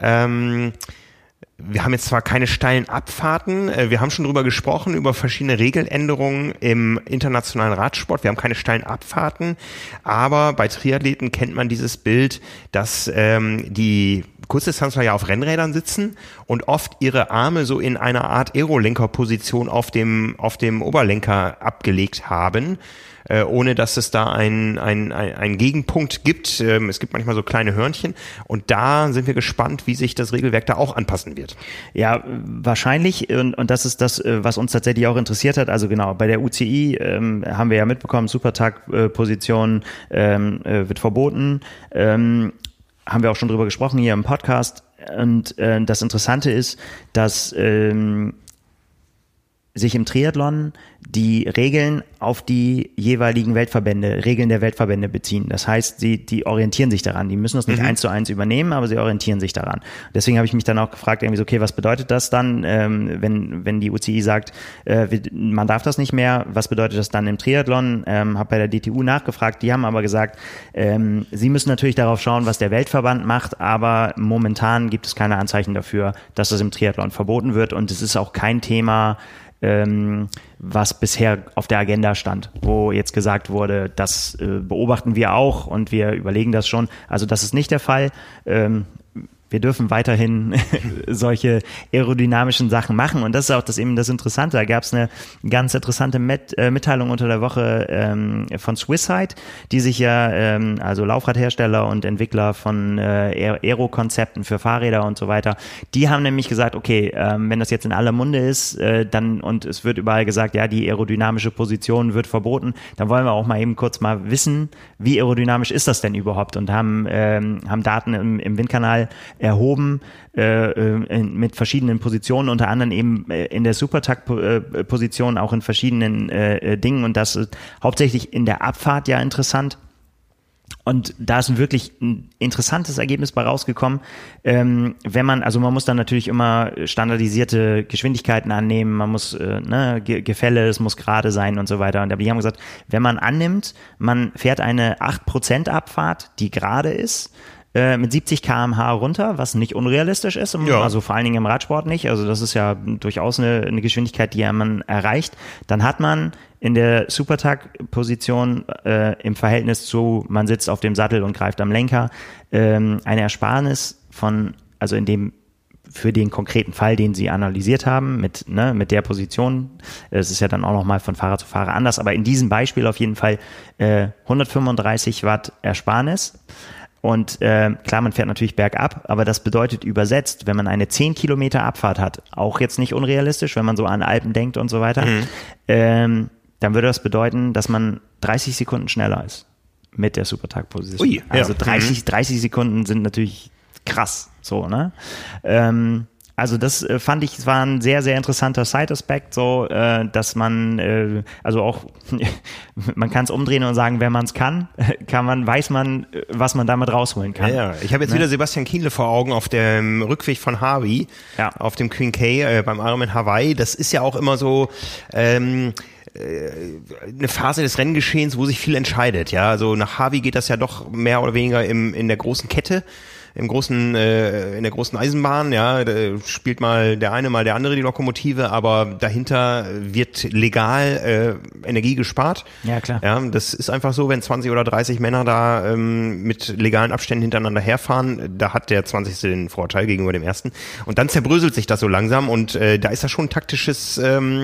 wir haben jetzt zwar keine steilen Abfahrten, wir haben schon drüber gesprochen, über verschiedene Regeländerungen im internationalen Radsport. Wir haben keine steilen Abfahrten, aber bei Triathleten kennt man dieses Bild, dass die Kurzdistanzler ja auf Rennrädern sitzen und oft ihre Arme so in einer Art Aerolenkerposition auf dem Oberlenker abgelegt haben, ohne dass es da einen Gegenpunkt gibt. Es gibt manchmal so kleine Hörnchen und da sind wir gespannt, wie sich das Regelwerk da auch anpassen wird. Ja, wahrscheinlich und das ist das, was uns tatsächlich auch interessiert hat. Also genau, bei der UCI haben wir ja mitbekommen, Supertag-Position wird verboten. Haben wir auch schon drüber gesprochen hier im Podcast. Und das Interessante ist, dass sich im Triathlon die Regeln auf die jeweiligen Regeln der Weltverbände beziehen. Das heißt, die orientieren sich daran. Die müssen das nicht 1:1 übernehmen, aber sie orientieren sich daran. Deswegen habe ich mich dann auch gefragt, irgendwie so, okay, was bedeutet das dann, wenn die UCI sagt, man darf das nicht mehr, was bedeutet das dann im Triathlon? Habe bei der DTU nachgefragt, die haben aber gesagt, sie müssen natürlich darauf schauen, was der Weltverband macht, aber momentan gibt es keine Anzeichen dafür, dass das im Triathlon verboten wird und es ist auch kein Thema, was bisher auf der Agenda stand, wo jetzt gesagt wurde, das beobachten wir auch und wir überlegen das schon. Also das ist nicht der Fall. Wir dürfen weiterhin solche aerodynamischen Sachen machen und das ist auch das Interessante. Da gab es eine ganz interessante Mitteilung unter der Woche von Swisside, die sich ja, also Laufradhersteller und Entwickler von Aero-Konzepten für Fahrräder und so weiter, die haben nämlich gesagt, okay, wenn das jetzt in aller Munde ist, dann und es wird überall gesagt, ja, die aerodynamische Position wird verboten, dann wollen wir auch mal eben kurz mal wissen, wie aerodynamisch ist das denn überhaupt und haben Daten im Windkanal erhoben mit verschiedenen Positionen, unter anderem eben in der Supertag-Position, auch in verschiedenen Dingen und das ist hauptsächlich in der Abfahrt ja interessant. Und da ist wirklich ein interessantes Ergebnis bei rausgekommen. Man muss dann natürlich immer standardisierte Geschwindigkeiten annehmen, man muss Gefälle, es muss gerade sein und so weiter. Und die haben gesagt, wenn man annimmt, man fährt eine 8% Abfahrt, die gerade ist, mit 70 km/h runter, was nicht unrealistisch ist, also vor allen Dingen im Radsport nicht, also das ist ja durchaus eine Geschwindigkeit, die man erreicht, dann hat man in der Supertag-Position im Verhältnis zu, man sitzt auf dem Sattel und greift am Lenker, eine Ersparnis von, also in dem für den konkreten Fall, den sie analysiert haben, mit der Position. Es ist ja dann auch nochmal von Fahrer zu Fahrer anders, aber in diesem Beispiel auf jeden Fall 135 Watt Ersparnis. Und klar, man fährt natürlich bergab, aber das bedeutet übersetzt, wenn man eine 10 Kilometer Abfahrt hat, auch jetzt nicht unrealistisch, wenn man so an Alpen denkt und so weiter, dann würde das bedeuten, dass man 30 Sekunden schneller ist mit der Supertag-Position. Ui, also 30 Sekunden sind natürlich krass, so, ne? Also das fand ich, es war ein sehr, sehr interessanter Side-Aspekt, so, dass man, also auch, man kann es umdrehen und sagen, wenn man es kann, weiß man, was man damit rausholen kann. Ja, ich habe jetzt wieder Sebastian Kienle vor Augen auf dem Rückweg von Hawaii, auf dem Queen K beim Ironman Hawaii. Das ist ja auch immer so, eine Phase des Renngeschehens, wo sich viel entscheidet, ja. Also nach Hawaii geht das ja doch mehr oder weniger in der großen Kette. In der großen Eisenbahn, ja, da spielt mal der eine, mal der andere die Lokomotive, aber dahinter wird legal Energie gespart. Ja, klar. Ja, das ist einfach so, wenn 20 oder 30 Männer da mit legalen Abständen hintereinander herfahren, da hat der 20. den Vorteil gegenüber dem ersten. Und dann zerbröselt sich das so langsam und da ist das schon ein taktisches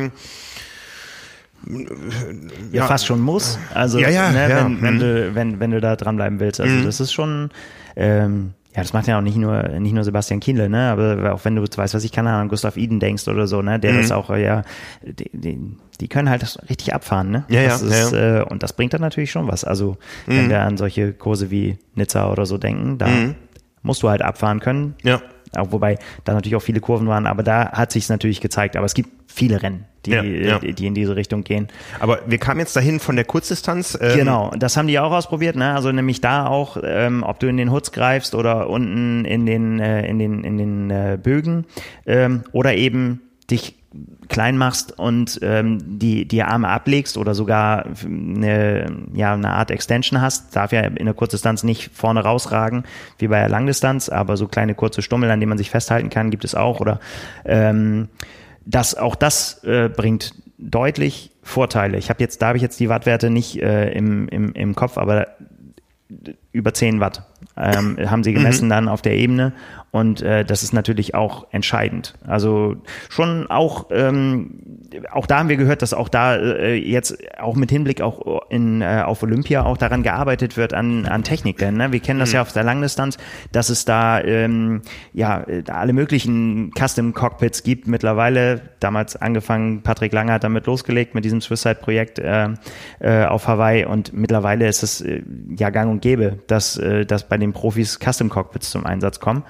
fast schon muss. Also wenn du da dranbleiben willst. Also das ist schon das macht ja auch nicht nur Sebastian Kienle, ne, aber auch wenn du weißt, was ich kann, an Gustav Iden denkst oder so, ne, der das auch, die können halt richtig abfahren, ne. Und das bringt dann natürlich schon was. Also, wenn wir an solche Kurse wie Nizza oder so denken, da musst du halt abfahren können. Ja. Auch wobei da natürlich auch viele Kurven waren, aber da hat sich's natürlich gezeigt. Aber es gibt viele Rennen, die in diese Richtung gehen. Aber wir kamen jetzt dahin von der Kurzdistanz. Genau, das haben die auch ausprobiert, ne? Also nämlich da auch, ob du in den Hoods greifst oder unten in den Bögen oder eben dich klein machst und die Arme ablegst oder sogar eine Art Extension hast, darf ja in der Kurzdistanz nicht vorne rausragen, wie bei der Langdistanz, aber so kleine kurze Stummel, an denen man sich festhalten kann, gibt es auch. Oder das bringt deutlich Vorteile. Da habe ich jetzt die Wattwerte nicht im Kopf, aber über 10 Watt haben sie gemessen dann auf der Ebene. Und das ist natürlich auch entscheidend. Also schon auch da haben wir gehört, dass auch da jetzt auch mit Hinblick auch auf Olympia auch daran gearbeitet wird an Technik. Denn wir kennen das ja auf der Langdistanz, dass es da alle möglichen Custom-Cockpits gibt mittlerweile. Damals angefangen, Patrick Lange hat damit losgelegt mit diesem Swisside-Projekt auf Hawaii. Und mittlerweile ist es gang und gäbe, dass bei den Profis Custom-Cockpits zum Einsatz kommen.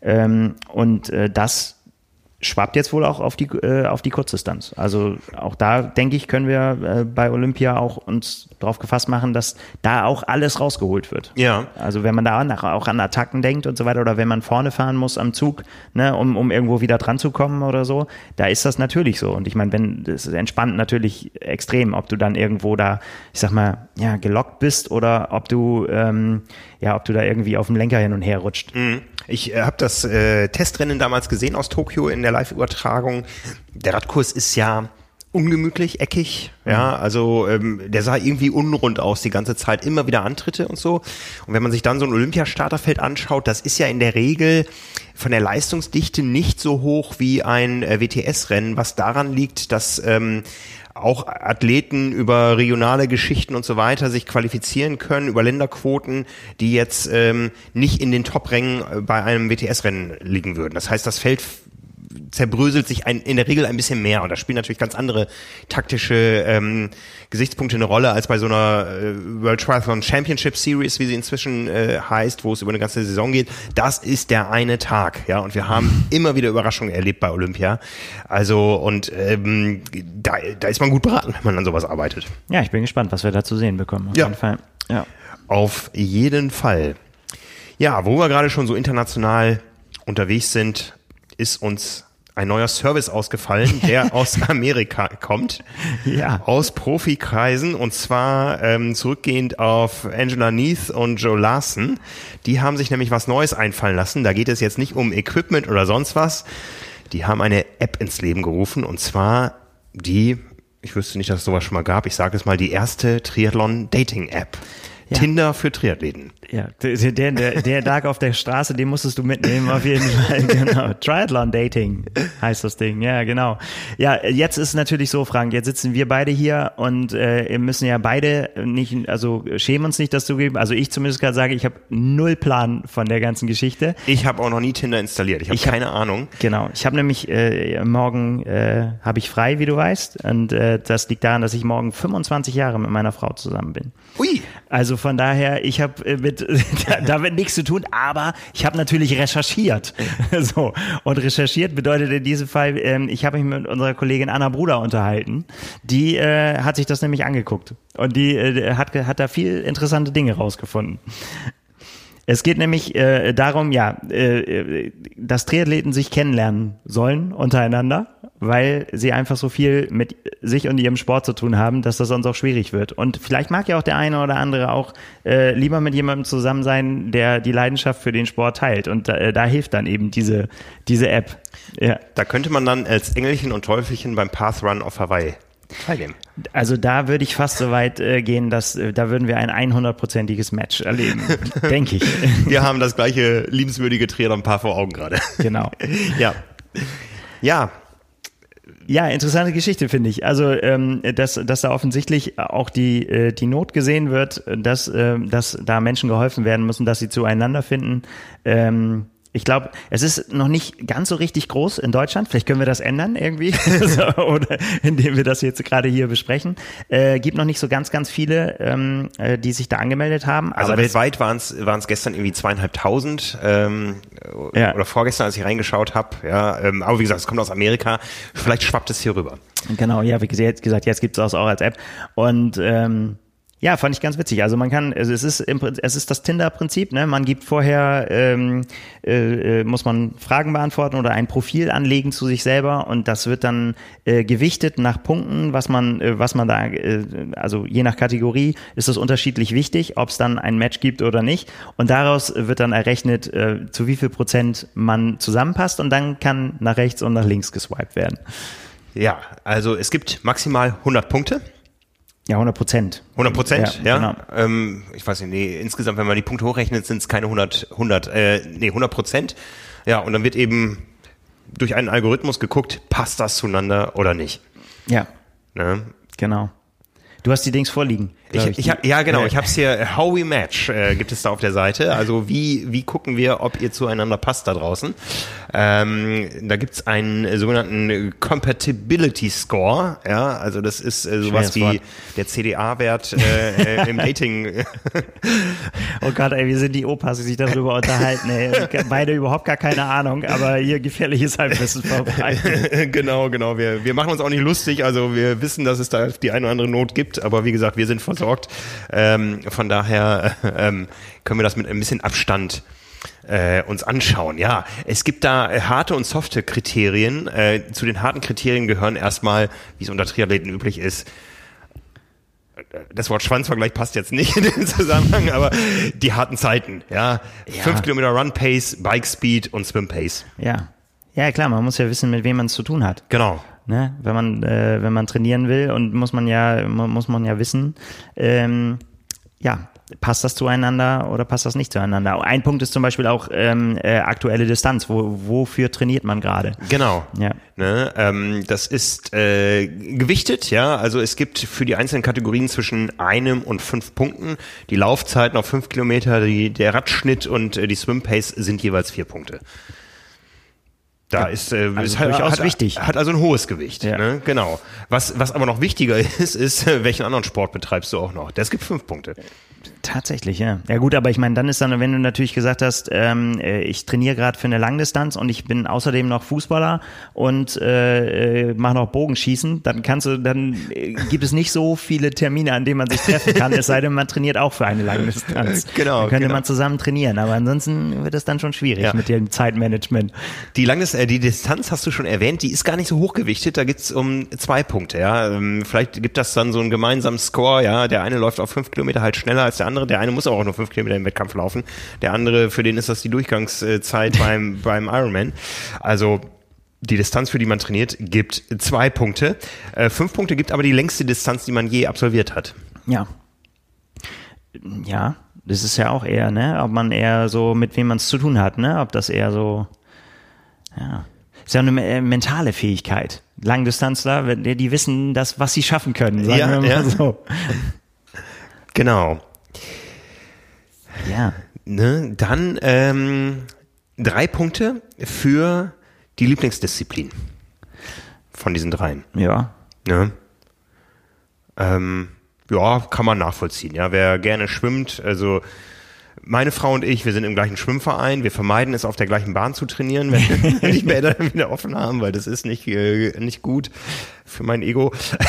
Das schwappt jetzt wohl auch auf die Kurzdistanz. Also auch da, denke ich, können wir bei Olympia auch uns drauf gefasst machen, dass da auch alles rausgeholt wird. Ja. Also wenn man da auch an Attacken denkt und so weiter oder wenn man vorne fahren muss am Zug, ne, um irgendwo wieder dran zu kommen oder so, da ist das natürlich so. Und ich meine, das entspannt natürlich extrem, ob du dann irgendwo da, ich sag mal, gelockt bist oder ob du da irgendwie auf dem Lenker hin und her rutscht. Ich habe das Testrennen damals gesehen aus Tokio in der Live-Übertragung. Der Radkurs ist ja ungemütlich, eckig, also der sah irgendwie unrund aus die ganze Zeit, immer wieder Antritte und so. Und wenn man sich dann so ein Olympiastarterfeld anschaut, das ist ja in der Regel von der Leistungsdichte nicht so hoch wie ein WTS-Rennen, was daran liegt, dass auch Athleten über regionale Geschichten und so weiter sich qualifizieren können, über Länderquoten, die jetzt nicht in den Top-Rängen bei einem WTS-Rennen liegen würden. Das heißt, das Feld zerbröselt sich in der Regel ein bisschen mehr und da spielen natürlich ganz andere taktische Gesichtspunkte eine Rolle als bei so einer World Triathlon Championship Series, wie sie inzwischen heißt, wo es über eine ganze Saison geht. Das ist der eine Tag, ja, und wir haben immer wieder Überraschungen erlebt bei Olympia. Also und da ist man gut beraten, wenn man an sowas arbeitet. Ja, ich bin gespannt, was wir da zu sehen bekommen. Auf jeden Fall. Ja. Auf jeden Fall. Ja, wo wir gerade schon so international unterwegs sind, ist uns ein neuer Service ausgefallen, der aus Amerika kommt, aus Profikreisen, und zwar zurückgehend auf Angela Neath und Joe Larson. Die haben sich nämlich was Neues einfallen lassen. Da geht es jetzt nicht um Equipment oder sonst was. Die haben eine App ins Leben gerufen, und zwar ich wüsste nicht, dass es sowas schon mal gab, ich sage es mal, die erste Triathlon-Dating-App. Tinder für Triathleten. Ja, der lag auf der Straße, den musstest du mitnehmen, auf jeden Fall. Genau. Triathlon-Dating heißt das Ding, ja, genau. Ja, jetzt ist natürlich so, Frank, jetzt sitzen wir beide hier und müssen ja beide nicht, also schämen uns nicht, das zu geben. Also ich zumindest gerade sage, ich habe null Plan von der ganzen Geschichte. Ich habe auch noch nie Tinder installiert, ich habe keine Ahnung. Genau, ich habe nämlich morgen habe ich frei, wie du weißt, und das liegt daran, dass ich morgen 25 Jahre mit meiner Frau zusammen bin. Ui! Also von daher, ich habe damit nichts zu tun, aber ich habe natürlich recherchiert. So, und recherchiert bedeutet in diesem Fall, ich habe mich mit unserer Kollegin Anna Bruder unterhalten. Die hat sich das nämlich angeguckt und die hat da viel interessante Dinge rausgefunden. Es geht nämlich darum, dass Triathleten sich kennenlernen sollen untereinander, weil sie einfach so viel mit sich und ihrem Sport zu tun haben, dass das sonst auch schwierig wird. Und vielleicht mag ja auch der eine oder andere auch lieber mit jemandem zusammen sein, der die Leidenschaft für den Sport teilt. Und da hilft dann eben diese App. Ja. Da könnte man dann als Engelchen und Teufelchen beim Path Run auf Hawaii teilnehmen. Also da würde ich fast so weit gehen, dass da würden wir ein 100%iges Match erleben, denke ich. Wir haben das gleiche liebenswürdige Triathlon-Paar vor Augen gerade. Genau. Ja. Ja. Ja, interessante Geschichte, finde ich. Also, dass da offensichtlich auch die Not gesehen wird, dass da Menschen geholfen werden müssen, dass sie zueinander finden. Ich glaube, es ist noch nicht ganz so richtig groß in Deutschland. Vielleicht können wir das ändern irgendwie, oder indem wir das jetzt gerade hier besprechen. Gibt noch nicht so ganz, ganz viele, die sich da angemeldet haben. Also weltweit waren es gestern irgendwie 2.500 oder vorgestern, als ich reingeschaut habe. Ja, aber wie gesagt, es kommt aus Amerika. Vielleicht schwappt es hier rüber. Genau, ja, wie gesagt, jetzt gibt es auch als App. Und ja, fand ich ganz witzig. Also man kann, es ist das Tinder-Prinzip, ne? Man gibt vorher, muss man Fragen beantworten oder ein Profil anlegen zu sich selber und das wird dann gewichtet nach Punkten, was man da, also je nach Kategorie ist das unterschiedlich wichtig, ob es dann ein Match gibt oder nicht. Und daraus wird dann errechnet, zu wie viel Prozent man zusammenpasst und dann kann nach rechts und nach links geswiped werden. Ja, also es gibt maximal 100 Punkte. Ja, 100%. 100%, ja. Genau. Ich weiß nicht, insgesamt, wenn man die Punkte hochrechnet, sind es keine 100%. Ja, und dann wird eben durch einen Algorithmus geguckt, passt das zueinander oder nicht. Ja. Ne? Genau. Du hast die Dings vorliegen. Ich habe es hier, How We Match gibt es da auf der Seite. Also wie gucken wir, ob ihr zueinander passt da draußen. Da gibt's einen sogenannten Compatibility Score. Ja, also das ist sowas wie der CDA-Wert im Dating. Oh Gott, ey, wir sind die Opas, die sich darüber unterhalten. Ey. Beide überhaupt gar keine Ahnung, aber hier gefährliches Halbwissen verbreitet. Genau. Wir machen uns auch nicht lustig. Also wir wissen, dass es da die eine oder andere Not gibt. Aber wie gesagt, wir sind versorgt. Von daher können wir das mit ein bisschen Abstand uns anschauen. Ja, es gibt da harte und softe Kriterien. Zu den harten Kriterien gehören erstmal, wie es unter Triathleten üblich ist, das Wort Schwanzvergleich passt jetzt nicht in den Zusammenhang, aber die harten Zeiten. Ja, 5 Kilometer Run Pace, Bike Speed und Swim Pace. Ja, klar, man muss ja wissen, mit wem man es zu tun hat. Genau. Ne? Wenn man trainieren will und muss man ja wissen, passt das zueinander oder passt das nicht zueinander? Ein Punkt ist zum Beispiel auch aktuelle Distanz. Wofür trainiert man gerade? Genau. Ja. Ne, das ist gewichtet, ja. Also es gibt für die einzelnen Kategorien zwischen 1 und 5 Punkten. Die Laufzeiten auf 5 Kilometer, der Radschnitt und die Swim Pace sind jeweils 4 Punkte. Da ist durchaus wichtig. Hat also ein hohes Gewicht. Ja. Ne? Genau. Was aber noch wichtiger ist, welchen anderen Sport betreibst du auch noch? Das gibt 5 Punkte. Tatsächlich, ja. Ja gut, aber ich meine, dann ist dann, wenn du natürlich gesagt hast, ich trainiere gerade für eine Langdistanz und ich bin außerdem noch Fußballer und mache noch Bogenschießen, dann gibt es nicht so viele Termine, an denen man sich treffen kann, es sei denn, man trainiert auch für eine Langdistanz. Genau. Dann könnte man zusammen trainieren, aber ansonsten wird es dann schon schwierig mit dem Zeitmanagement. Die Distanz hast du schon erwähnt, die ist gar nicht so hochgewichtet, da geht's um 2 Punkte, ja. Vielleicht gibt das dann so einen gemeinsamen Score, ja. Der eine läuft auf 5 Kilometer halt schneller als der andere. Der eine muss aber auch nur 5 Kilometer im Wettkampf laufen. Der andere, für den ist das die Durchgangszeit beim Ironman. Also die Distanz, für die man trainiert, gibt 2 Punkte. 5 Punkte gibt aber die längste Distanz, die man je absolviert hat. Ja. Ja, das ist ja auch eher, ne, ob man eher so, mit wem man es zu tun hat, ne, ob das eher so, ja, ist ja eine mentale Fähigkeit. Langdistanzler, die wissen das, was sie schaffen können, sagen wir mal so. Genau. Ja. Ne, dann 3 Punkte für die Lieblingsdisziplin von diesen 3. Ja. Ne? Ja, kann man nachvollziehen. Ja, wer gerne schwimmt, also meine Frau und ich, wir sind im gleichen Schwimmverein. Wir vermeiden es, auf der gleichen Bahn zu trainieren, wenn die Bäder wieder offen haben, weil das ist nicht gut für mein Ego.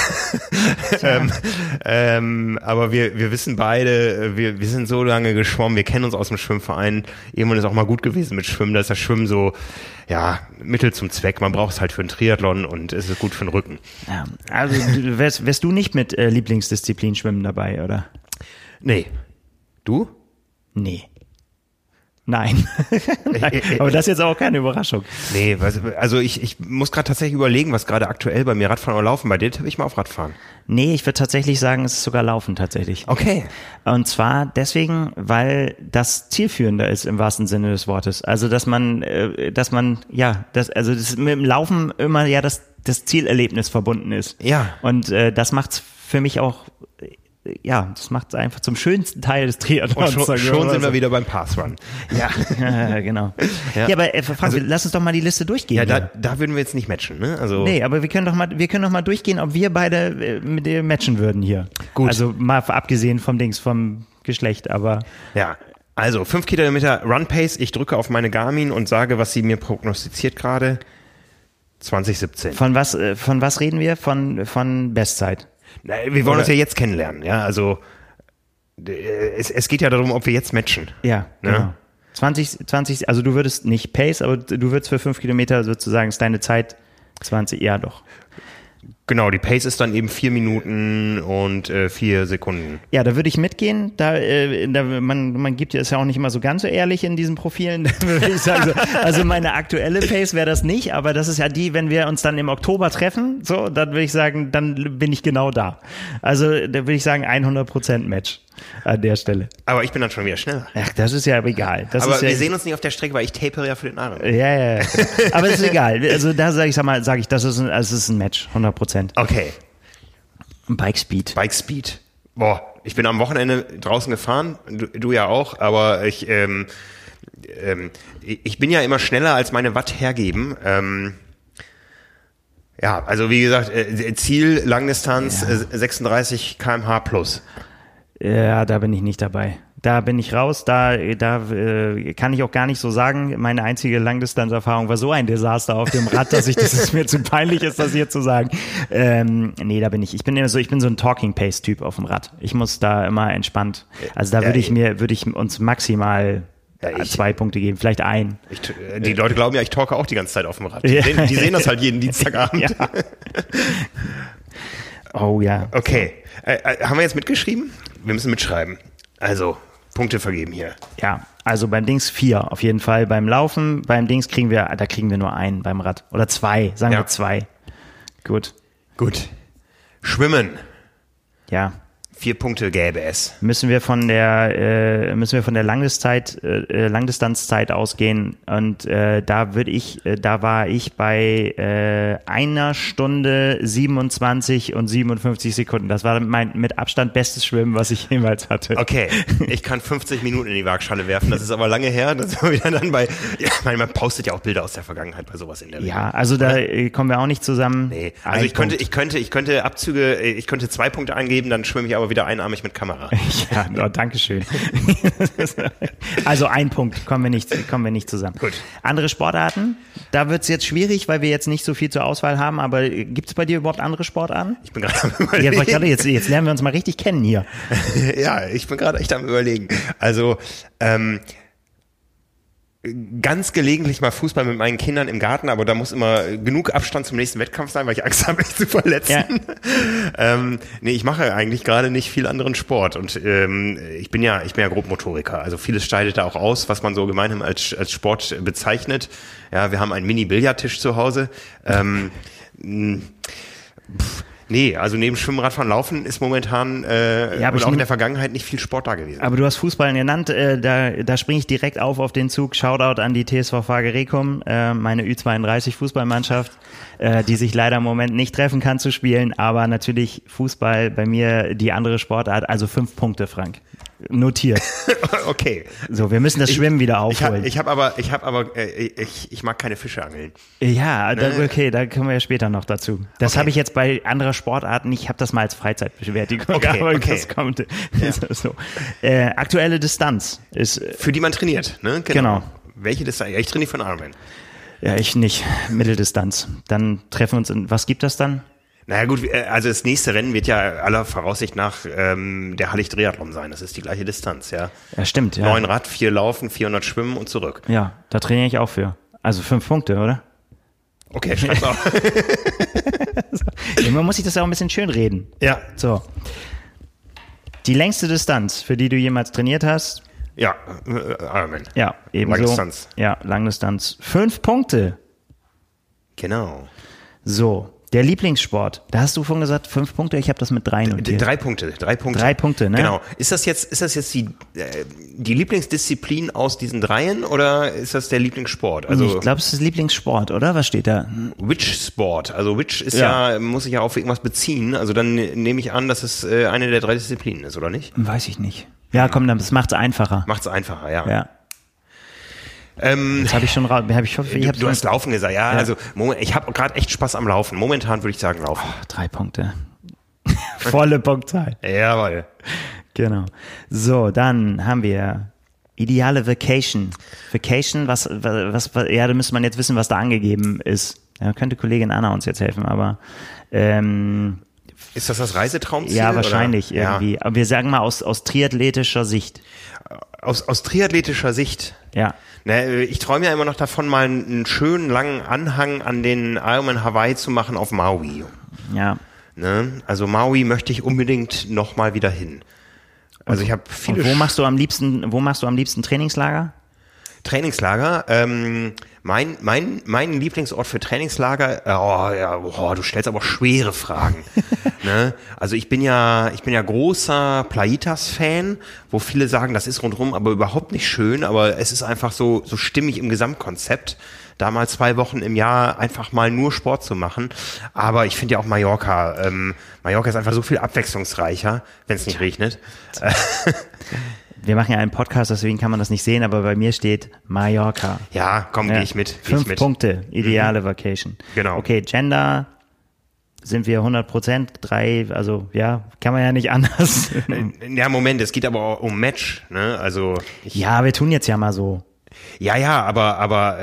Aber wir wissen beide, wir sind so lange geschwommen, wir kennen uns aus dem Schwimmverein. Irgendwann ist auch mal gut gewesen mit Schwimmen. Da ist das Schwimmen so, ja, Mittel zum Zweck. Man braucht es halt für einen Triathlon und es ist gut für den Rücken. Ja, also wärst du nicht mit Lieblingsdisziplin Schwimmen dabei, oder? Nee. Du? Nee. Nein. Nein. Aber das ist jetzt auch keine Überraschung. Nee, also ich muss gerade tatsächlich überlegen, was gerade aktuell bei mir Radfahren oder Laufen. Bei dir tippe ich mal auf Radfahren. Nee, ich würde tatsächlich sagen, es ist sogar Laufen tatsächlich. Okay. Und zwar deswegen, weil das zielführender ist im wahrsten Sinne des Wortes. Also das mit dem Laufen immer ja das Zielerlebnis verbunden ist. Ja. Und das macht's für mich auch. Ja, das macht es einfach zum schönsten Teil des Triathlons. Und schon sind wir wieder beim Pass-Run. Ja, genau. Ja, aber Frank, lass uns doch mal die Liste durchgehen. Ja, da würden wir jetzt nicht matchen, ne? Also nee, aber wir können doch mal durchgehen, ob wir beide mit dir matchen würden hier. Gut. Also mal abgesehen vom Geschlecht, aber. Ja, also 5 Kilometer Run-Pace. Ich drücke auf meine Garmin und sage, was sie mir prognostiziert gerade. 2017. Von was reden wir? Von Bestzeit? Na, wir wollen uns ja jetzt kennenlernen, ja, also es geht ja darum, ob wir jetzt matchen. Ja, genau. 20, also du würdest nicht Pace, aber du würdest für 5 Kilometer sozusagen, ist deine Zeit 20, ja doch. Genau, die Pace ist dann eben 4 Minuten und 4 Sekunden. Ja, da würde ich mitgehen. Man gibt ja, ist ja auch nicht immer so ganz so ehrlich in diesen Profilen, würde ich sagen. Also meine aktuelle Pace wäre das nicht, aber das ist ja die, wenn wir uns dann im Oktober treffen, so, dann würde ich sagen, dann bin ich genau da. Also da würde ich sagen 100% Match an der Stelle. Aber ich bin dann schon wieder schneller. Ach, das ist ja egal. Aber wir sehen uns nicht auf der Strecke, weil ich tapere ja für den Arm. Ja. Aber es ist egal. Also da sage ich, das ist ein Match, 100%. Okay. Bike Speed. Boah, ich bin am Wochenende draußen gefahren, du ja auch, aber ich bin ja immer schneller, als meine Watt hergeben. Ja, also wie gesagt, Ziel, Langdistanz, 36 km/h plus. Ja, da bin ich nicht dabei. Da bin ich raus, da kann ich auch gar nicht so sagen. Meine einzige Langdistanzerfahrung war so ein Desaster auf dem Rad, dass es mir zu peinlich ist, das hier zu sagen. Nee, da bin ich. Ich bin so ein Talking Pace Typ auf dem Rad. Ich muss da immer entspannt. Also da würde ich uns maximal 2 Punkte geben, vielleicht 1. Die Leute glauben ja, ich talke auch die ganze Zeit auf dem Rad. Die sehen das halt jeden Dienstagabend. Ja. Oh ja. Okay. Haben wir jetzt mitgeschrieben? Wir müssen mitschreiben. Also, Punkte vergeben hier. Ja, also beim Dings 4 auf jeden Fall. Beim Laufen, beim Dings kriegen wir nur 1 beim Rad. Oder 2, sagen wir 2. Gut. Schwimmen. Ja. 4 Punkte gäbe es. Müssen wir von der Langdistanzzeit ausgehen und da war ich bei 1 Stunde 27 und 57 Sekunden. Das war mein mit Abstand bestes Schwimmen, was ich jemals hatte. Okay, ich kann 50 Minuten in die Waagschale werfen. Das ist aber lange her. Das war wieder dann man postet ja auch Bilder aus der Vergangenheit bei sowas in der Regel. Ja, also da kommen wir auch nicht zusammen. Nee, also ich könnte Abzüge, ich könnte 2 Punkte eingeben, dann schwimme ich aber wieder einarmig mit Kamera. Ja, danke schön. Also 1 Punkt, kommen wir nicht zusammen. Gut. Andere Sportarten, da wird es jetzt schwierig, weil wir jetzt nicht so viel zur Auswahl haben, aber gibt es bei dir überhaupt andere Sportarten? Ich bin gerade am Überlegen. Jetzt lernen wir uns mal richtig kennen hier. Ja, ich bin gerade echt am Überlegen. Also, ganz gelegentlich mal Fußball mit meinen Kindern im Garten, aber da muss immer genug Abstand zum nächsten Wettkampf sein, weil ich Angst habe, mich zu verletzen. Ja. Nee, ich mache eigentlich gerade nicht viel anderen Sport und ich bin ja Grobmotoriker, also vieles scheidet da auch aus, was man so gemeinhin als Sport bezeichnet. Ja, wir haben einen Mini-Billardtisch zu Hause. Nee, also neben Schwimmen, Radfahren, Laufen ist momentan Ja, aber und auch in der Vergangenheit nicht viel Sport da gewesen. Aber du hast Fußball genannt, da springe ich direkt auf den Zug. Shoutout an die TSV Fagerekum, meine Ü32-Fußballmannschaft, die sich leider im Moment nicht treffen kann zu spielen, aber natürlich Fußball bei mir die andere Sportart, also 5 Punkte, Frank. Notiert. Okay. So, wir müssen das Schwimmen wieder aufholen. Ich mag keine Fische angeln. Ja, okay, da kommen wir ja später noch dazu. Das habe ich jetzt bei anderer Sportarten, ich habe das mal als Freizeitbeschäftigung. Okay. Das kommt. Ja. So. Aktuelle Distanz ist... Für die man trainiert, ne? Genau. Welche Distanz? Ja, ich trainiere von Ironman. Ja, ich nicht. Mitteldistanz. Dann treffen wir uns was gibt das dann? Naja gut, also das nächste Rennen wird ja aller Voraussicht nach der Hallig-Triathlon sein. Das ist die gleiche Distanz, ja. Ja, stimmt. Ja. 9 Rad, 4 Laufen, 400 Schwimmen und zurück. Ja, da trainiere ich auch für. Also 5 Punkte, oder? Okay, schreib's auf. Man muss sich das ja auch ein bisschen schön reden. Ja. So. Die längste Distanz, für die du jemals trainiert hast? Ja, Ironman. Ja, ebenso. Langdistanz. Ja, Langdistanz. 5 Punkte. Genau. So. Der Lieblingssport, da hast du vorhin gesagt, 5 Punkte, ich habe das mit 3 notiert. 3 Punkte. 3 Punkte, ne? Genau. Ist das jetzt die Lieblingsdisziplin aus diesen dreien oder ist das der Lieblingssport? Also ich glaube, es ist Lieblingssport, oder? Was steht da? Which Sport? Also which ist muss sich ja auf irgendwas beziehen. Also dann nehme ich an, dass es eine der 3 Disziplinen ist, oder nicht? Weiß ich nicht. Ja, komm, das macht's einfacher. Macht's einfacher, ja. Ja. Das habe ich schon du hast Laufen gesagt, ja. Also ich habe gerade echt Spaß am Laufen. Momentan würde ich sagen Laufen. 3 Punkte. Volle Punktzahl. Jawohl. Genau. So, dann haben wir ideale Vacation. Vacation, was, ja, da müsste man jetzt wissen, was da angegeben ist. Da könnte Kollegin Anna uns jetzt helfen, aber ist das Reisetraumziel? Ja, wahrscheinlich oder? Irgendwie. Ja. Aber wir sagen mal aus triathletischer Sicht. Aus triathletischer Sicht? Ja. Ne, ich träume ja immer noch davon, mal einen schönen langen Anhang an den Ironman Hawaii zu machen auf Maui. Ja. Ne? Also Maui möchte ich unbedingt noch mal wieder hin. Also ich habe viele. Und wo machst du am liebsten Trainingslager? Trainingslager. Mein Lieblingsort für Trainingslager. Du stellst aber schwere Fragen. Ne? Also ich bin ja großer Plaitas-Fan, wo viele sagen, das ist rundherum aber überhaupt nicht schön, aber es ist einfach so stimmig im Gesamtkonzept, da mal 2 Wochen im Jahr einfach mal nur Sport zu machen. Aber ich finde ja auch Mallorca. Mallorca ist einfach so viel abwechslungsreicher, wenn es nicht regnet. Wir machen ja einen Podcast, deswegen kann man das nicht sehen, aber bei mir steht Mallorca. Ja, komm, gehe ich mit. 5 Punkte, ideale Vacation. Genau. Okay, Gender sind wir 100%, 3, also ja, kann man ja nicht anders. Ja, Moment, es geht aber auch um Match, ne? Also ja, wir tun jetzt ja mal so. Ja, aber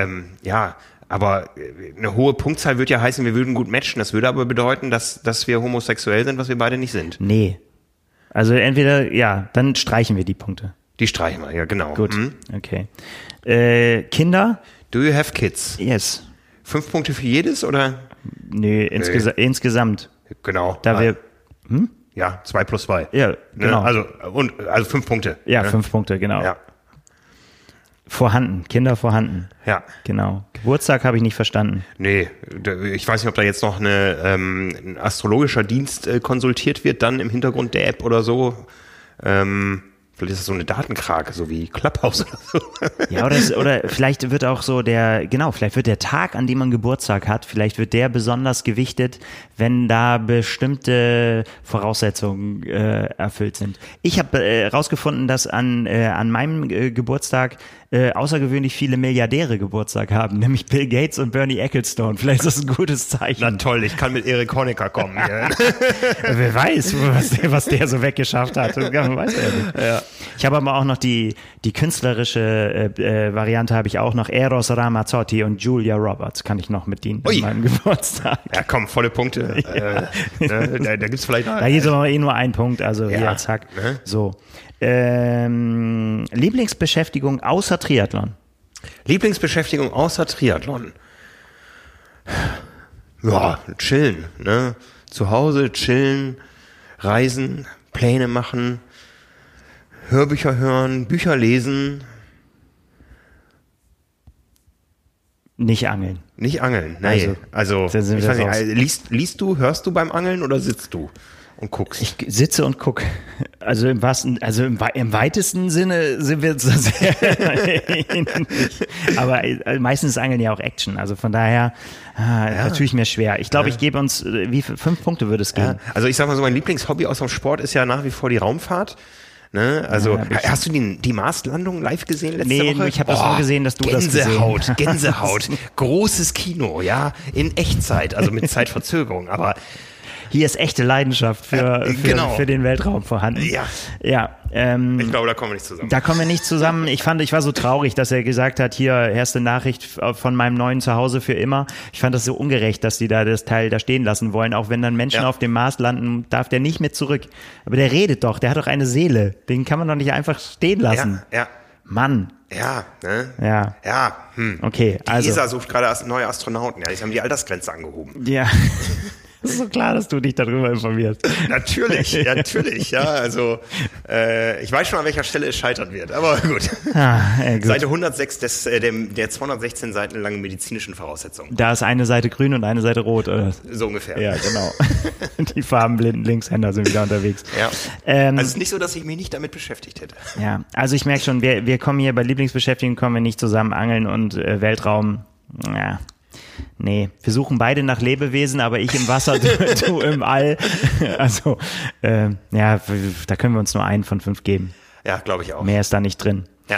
eine hohe Punktzahl würde ja heißen, wir würden gut matchen. Das würde aber bedeuten, dass wir homosexuell sind, was wir beide nicht sind. Nee. Also entweder, ja, dann streichen wir die Punkte. Die streichen wir, ja, genau. Gut, okay. Kinder? Do you have kids? Yes. 5 Punkte für jedes, oder? Nee, insgesamt. Genau. Da wir, Ja, 2 plus 2. Ja, genau. Ne? Also 5 Punkte. Ja, 5 Punkte, genau. Ja. Vorhanden, Kinder vorhanden. Ja. Genau. Geburtstag habe ich nicht verstanden. Nee, ich weiß nicht, ob da jetzt noch ein astrologischer Dienst konsultiert wird, dann im Hintergrund der App oder so. Vielleicht ist das so eine Datenkrake, so wie Clubhouse oder so. Ja, oder vielleicht wird auch so vielleicht wird der Tag, an dem man Geburtstag hat, vielleicht wird der besonders gewichtet, wenn da bestimmte Voraussetzungen erfüllt sind. Ich habe rausgefunden, dass an meinem Geburtstag außergewöhnlich viele Milliardäre Geburtstag haben, nämlich Bill Gates und Bernie Ecclestone. Vielleicht ist das ein gutes Zeichen. Na toll, ich kann mit Erik Honecker kommen. Ja. Wer weiß, was der so weggeschafft hat. Weiß er nicht. Ja. Ich habe aber auch noch die künstlerische Variante habe ich auch noch. Eros Ramazzotti und Julia Roberts kann ich noch mit dienen an meinem Geburtstag. Ja, komm, volle Punkte. Da gibt's vielleicht noch. Da gibt es aber nur einen Punkt, also ja, zack. Ne? So. Lieblingsbeschäftigung außer Triathlon? Lieblingsbeschäftigung außer Triathlon? Ja, chillen. Ne? Zu Hause chillen, reisen, Pläne machen, Hörbücher hören, Bücher lesen. Nicht angeln. Nicht angeln, nein. Also ich weiß nicht, liest du, hörst du beim Angeln oder sitzt du und guckst? Ich sitze und gucke. Also im weitesten Sinne sind wir sehr ähnlich. Aber meistens ist Angeln ja auch Action. Also von daher tue ich mir schwer. Ich glaube, ich gebe uns, 5 Punkte würde es geben. Ja. Also ich sag mal so, mein Lieblingshobby aus dem Sport ist ja nach wie vor die Raumfahrt. Ne? Also hast du die Marslandung live gesehen letzte Woche? Nee, ich habe das nur gesehen, dass du das gesehen hast. Gänsehaut, großes Kino, ja, in Echtzeit, also mit Zeitverzögerung, aber hier ist echte Leidenschaft für den Weltraum vorhanden. Ja. Ich glaube, da kommen wir nicht zusammen. Da kommen wir nicht zusammen. Ich war so traurig, dass er gesagt hat, hier, erste Nachricht von meinem neuen Zuhause für immer. Ich fand das so ungerecht, dass die da das Teil da stehen lassen wollen. Auch wenn dann Menschen auf dem Mars landen, darf der nicht mit zurück. Aber der redet doch, der hat doch eine Seele. Den kann man doch nicht einfach stehen lassen. Ja. Mann. Ja, ne? Ja. Okay, die ESA sucht gerade neue Astronauten. Ja, die haben die Altersgrenze angehoben. Ja. Es ist so klar, dass du dich darüber informierst. Natürlich, ja. Also ich weiß schon, an welcher Stelle es scheitern wird, aber gut. Gut. Seite 106 der 216 Seiten langen medizinischen Voraussetzungen. Da ist eine Seite grün und eine Seite rot, oder? So ungefähr. Ja, genau. Die farbenblinden Linkshänder sind wieder unterwegs. Ja. Also es ist nicht so, dass ich mich nicht damit beschäftigt hätte. Ja, also ich merke schon, wir kommen hier bei Lieblingsbeschäftigung, kommen wir nicht zusammen, Angeln und Weltraum, ja. Nee, wir suchen beide nach Lebewesen, aber ich im Wasser, du im All. Also, da können wir uns nur 1 von 5 geben. Ja, glaube ich auch. Mehr ist da nicht drin. Ja.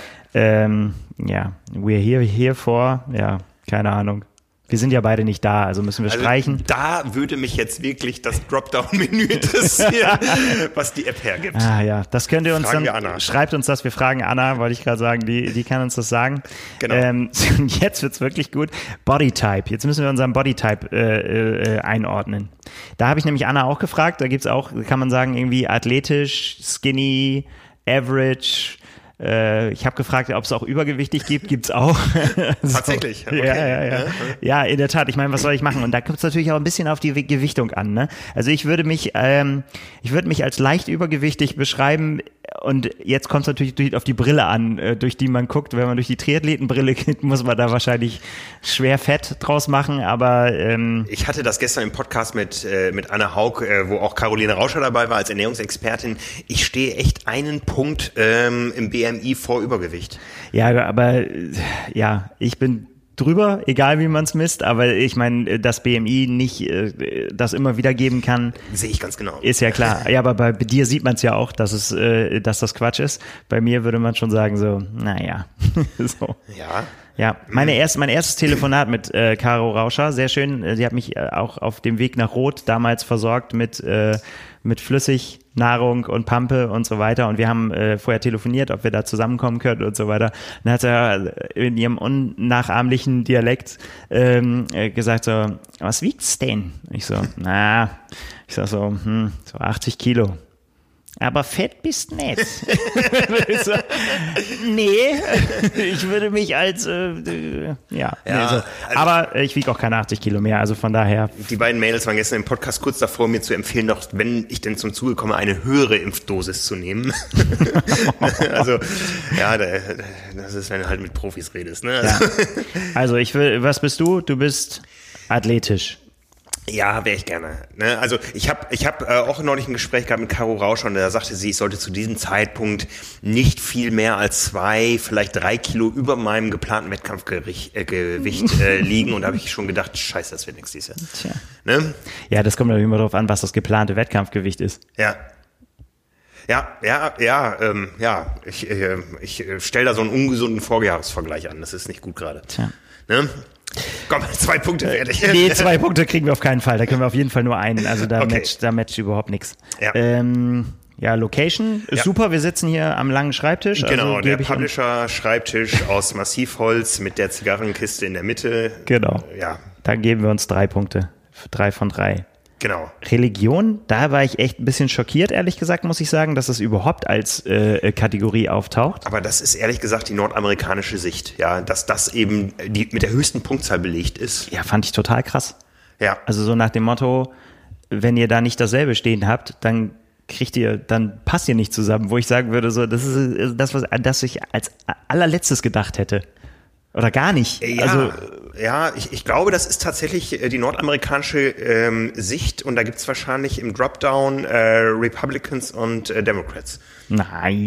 We're here for, keine Ahnung. Wir sind ja beide nicht da, also müssen wir streichen. Da würde mich jetzt wirklich das Dropdown-Menü interessieren, was die App hergibt. Das könnt ihr uns fragen dann, wir Anna. Schreibt uns das, wir fragen Anna, wollte ich gerade sagen, die kann uns das sagen. Genau. Jetzt wird's wirklich gut. Bodytype, jetzt müssen wir unseren Bodytype einordnen. Da habe ich nämlich Anna auch gefragt, da gibt's auch, kann man sagen, irgendwie athletisch, skinny, average. Ich habe gefragt, ob es auch übergewichtig gibt. Gibt's auch. Tatsächlich? Okay. Ja, in der Tat. Ich meine, was soll ich machen? Und da kommt es natürlich auch ein bisschen auf die Gewichtung an. Ne? Also ich würde mich als leicht übergewichtig beschreiben. Und jetzt kommt es natürlich auf die Brille an, durch die man guckt. Wenn man durch die Triathletenbrille geht, muss man da wahrscheinlich schwer Fett draus machen. Aber ich hatte das gestern im Podcast mit Anne Haug, wo auch Caroline Rauscher dabei war als Ernährungsexpertin. Ich stehe echt einen Punkt im BMI vor Übergewicht. Ja, aber ich bin drüber, egal wie man es misst, aber ich meine, dass BMI nicht das immer wieder geben kann. Sehe ich ganz genau. Ist ja klar. Ja, aber bei dir sieht man es ja auch, dass das Quatsch ist. Bei mir würde man schon sagen so, naja. So. Ja, mein erstes Telefonat mit Caro Rauscher, sehr schön. Sie hat mich auch auf dem Weg nach Rot damals versorgt mit Flüssignahrung und Pampe und so weiter. Und wir haben vorher telefoniert, ob wir da zusammenkommen können und so weiter. Dann hat er in ihrem unnachahmlichen Dialekt gesagt so, was wiegt's denn? Ich so, so 80 Kilo. Aber fett bist nicht. Nee, ich würde mich als, aber ich wiege auch keine 80 Kilo mehr, also von daher. Die beiden Mädels waren gestern im Podcast kurz davor, mir zu empfehlen, noch, wenn ich denn zum Zuge komme, eine höhere Impfdosis zu nehmen. Also, das ist, wenn du halt mit Profis redest, ne? Also was bist du? Du bist athletisch. Ja, wäre ich gerne. Ne? Also ich hab auch neulich ein Gespräch gehabt mit Caro Rauscher und da sagte sie, ich sollte zu diesem Zeitpunkt nicht viel mehr als 2, vielleicht 3 Kilo über meinem geplanten Wettkampfgewicht liegen. Und da habe ich schon gedacht, scheiße, das wird nichts dieses Jahr. Tja. Ne? Ja, das kommt natürlich immer darauf an, was das geplante Wettkampfgewicht ist. Ja. Ich stelle da so einen ungesunden Vorjahresvergleich an. Das ist nicht gut gerade. Tja. Ne? Komm, 2 Punkte fertig. Nee, 2 Punkte kriegen wir auf keinen Fall. Da können wir auf jeden Fall nur einen. Also da matcht überhaupt nichts. Ja. Location ist super. Wir sitzen hier am langen Schreibtisch. Genau, also der Publisher-Schreibtisch aus Massivholz mit der Zigarrenkiste in der Mitte. Genau. Ja. Da geben wir uns 3 Punkte. 3 von 3. Genau. Religion, da war ich echt ein bisschen schockiert, ehrlich gesagt, muss ich sagen, dass es überhaupt als Kategorie auftaucht. Aber das ist ehrlich gesagt die nordamerikanische Sicht, ja, dass das eben mit der höchsten Punktzahl belegt ist. Ja, fand ich total krass. Ja. Also so nach dem Motto, wenn ihr da nicht dasselbe stehen habt, dann passt ihr nicht zusammen, wo ich sagen würde, so, das ist das ich als allerletztes gedacht hätte. Oder gar nicht. Ja, also Ja, ich glaube, das ist tatsächlich die nordamerikanische Sicht und da gibt's wahrscheinlich im Dropdown Republicans und Democrats. Nein.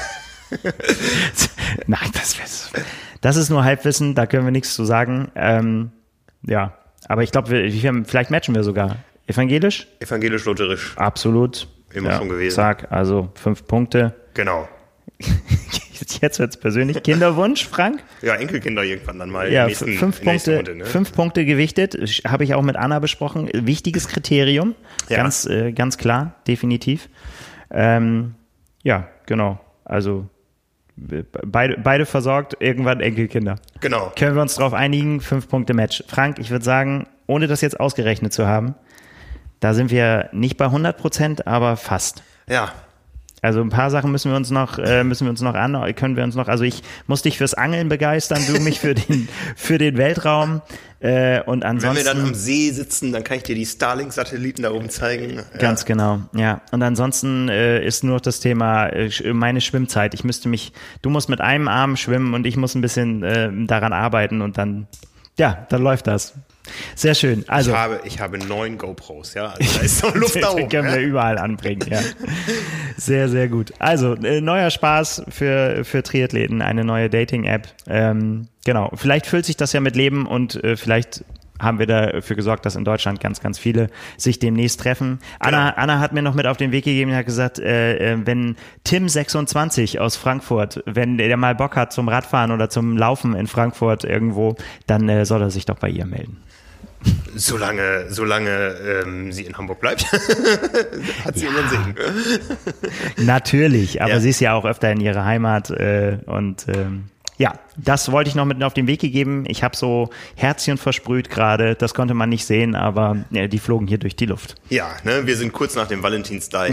Nein, das ist nur Halbwissen, da können wir nichts zu sagen. Ja, aber ich glaube, vielleicht matchen wir sogar. Evangelisch? Evangelisch-lutherisch. Absolut. Immer schon gewesen. Zack, also 5 Punkte. Genau. Jetzt wird's persönlich. Kinderwunsch, Frank? Ja, Enkelkinder irgendwann dann mal. Ja, 5 Punkte, Runde, ne? 5 Punkte gewichtet. Habe ich auch mit Anna besprochen. Wichtiges Kriterium. Ja. Ganz klar, definitiv. Ja, genau. Also beide versorgt, irgendwann Enkelkinder. Genau. Können wir uns darauf einigen? 5 Punkte Match. Frank, ich würde sagen, ohne das jetzt ausgerechnet zu haben, da sind wir nicht bei 100%, aber fast. Ja. Also ein paar Sachen können wir uns noch, also ich muss dich fürs Angeln begeistern, du mich für den Weltraum, und ansonsten. Wenn wir dann am See sitzen, dann kann ich dir die Starlink-Satelliten da oben zeigen. Ganz genau, ja. Und ansonsten ist nur das Thema meine Schwimmzeit. Du musst mit einem Arm schwimmen und ich muss ein bisschen daran arbeiten und dann läuft das. Sehr schön. Also ich habe 9 GoPros, ja. Also da ist noch Luft da oben. Die können wir überall anbringen, ja. Sehr, sehr gut. Also neuer Spaß für Triathleten, eine neue Dating-App. Genau. Vielleicht füllt sich das ja mit Leben und vielleicht haben wir dafür gesorgt, dass in Deutschland ganz, ganz viele sich demnächst treffen. Anna hat mir noch mit auf den Weg gegeben und hat gesagt, wenn Tim26 aus Frankfurt, wenn der mal Bock hat zum Radfahren oder zum Laufen in Frankfurt irgendwo, dann soll er sich doch bei ihr melden. Solange sie in Hamburg bleibt, hat sie ihren Segen. Natürlich, aber sie ist ja auch öfter in ihrer Heimat und ja, das wollte ich noch mit auf den Weg gegeben. Ich habe so Herzchen versprüht gerade, das konnte man nicht sehen, aber die flogen hier durch die Luft. Ja, ne, wir sind kurz nach dem Valentinstag,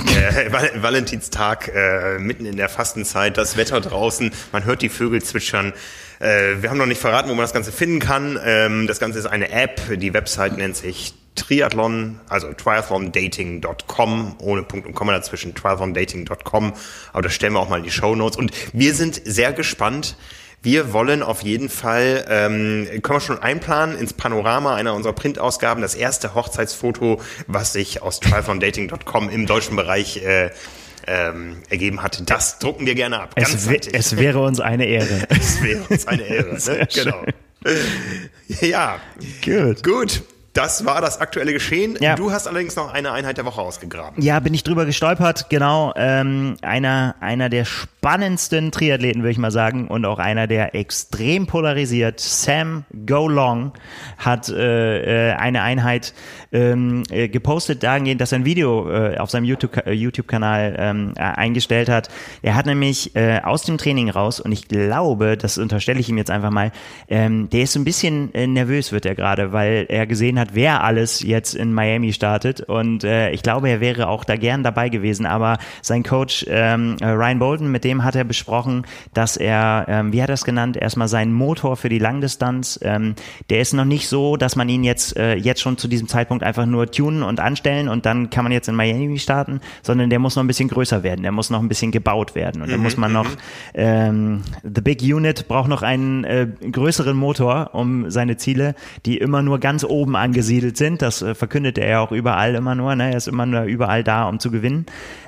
mitten in der Fastenzeit, das Wetter draußen, man hört die Vögel zwitschern. Wir haben noch nicht verraten, wo man das Ganze finden kann. Das Ganze ist eine App, die Website nennt sich Triathlon, also triathlondating.com, ohne Punkt und Komma dazwischen, triathlondating.com, aber das stellen wir auch mal in die Shownotes und wir sind sehr gespannt. Wir wollen auf jeden Fall, können wir schon einplanen, ins Panorama einer unserer Printausgaben, das erste Hochzeitsfoto, was sich aus triathlondating.com im deutschen Bereich ergeben hatte. Das drucken wir gerne ab. Es wäre uns eine Ehre. Es wäre uns eine Ehre, ne? Genau. Ja, gut. Das war das aktuelle Geschehen. Ja. Du hast allerdings noch eine Einheit der Woche ausgegraben. Ja, bin ich drüber gestolpert. Genau, einer der spannendsten Triathleten, würde ich mal sagen, und auch einer, der extrem polarisiert. Sam Go Long hat eine Einheit gepostet dahingehend, dass er ein Video auf seinem YouTube-Kanal eingestellt hat. Er hat nämlich aus dem Training raus, und ich glaube, das unterstelle ich ihm jetzt einfach mal, der ist so ein bisschen nervös, wird er gerade, weil er gesehen hat, wer alles jetzt in Miami startet, und ich glaube, er wäre auch da gern dabei gewesen, aber sein Coach Ryan Bolton, mit dem hat er besprochen, dass er, wie hat er es genannt, erstmal seinen Motor für die Langdistanz, der ist noch nicht so, dass man ihn jetzt schon zu diesem Zeitpunkt einfach nur tunen und anstellen und dann kann man jetzt in Miami starten, sondern der muss noch ein bisschen größer werden, der muss noch ein bisschen gebaut werden, und da muss man noch, The Big Unit braucht noch einen größeren Motor, um seine Ziele, die immer nur ganz oben angesiedelt sind, das verkündet er ja auch überall immer nur, ne? Er ist immer nur überall da, um zu gewinnen,